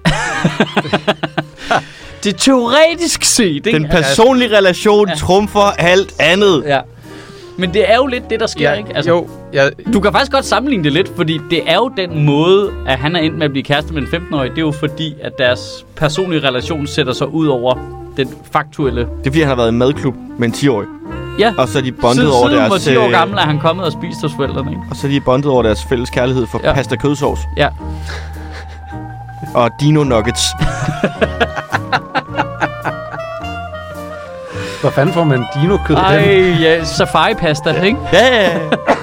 Det er teoretisk set, ikke? Den personlige relation trumfer alt andet. Ja. Men det er jo lidt det, der sker, ikke? Altså, du kan faktisk godt sammenligne det lidt, fordi det er jo den måde, at han er endt med at blive kæreste med en 15-årig. Det er jo fordi, at deres personlige relation sætter sig ud over den faktuelle... Det er fordi, han har været i madklub med en 10-årig. Ja. Og så er de bondet over deres... Siden 10 år gammel er han kommet og spist hos forældrene, ikke? Og så er de bondet over deres fælles kærlighed for pasta kødsovs. Ja. Og Dino Nuggets. Hvor fanden får man dino-kød? Safari-pasta, ikke? Ja.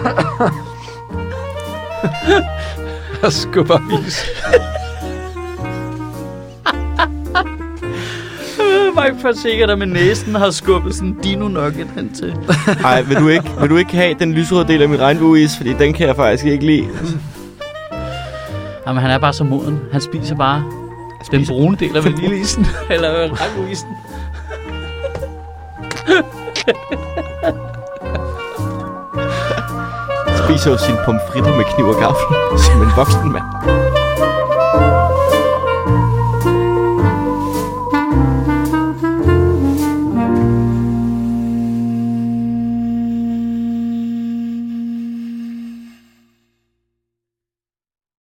Og skubber vis. Mike Fonseca, der med næsen har skubbet sådan en dino-nugget hen til. Nej, vil du ikke have den lyserøde del af min regnbueis? Fordi den kan jeg faktisk ikke lide. Jamen, han er bare så moden. Han spiser bare den brune del af vaniljeisen. Eller regnbueisen. Spiser jo sine pomfritter med kniv og gaffel som en voksen mand.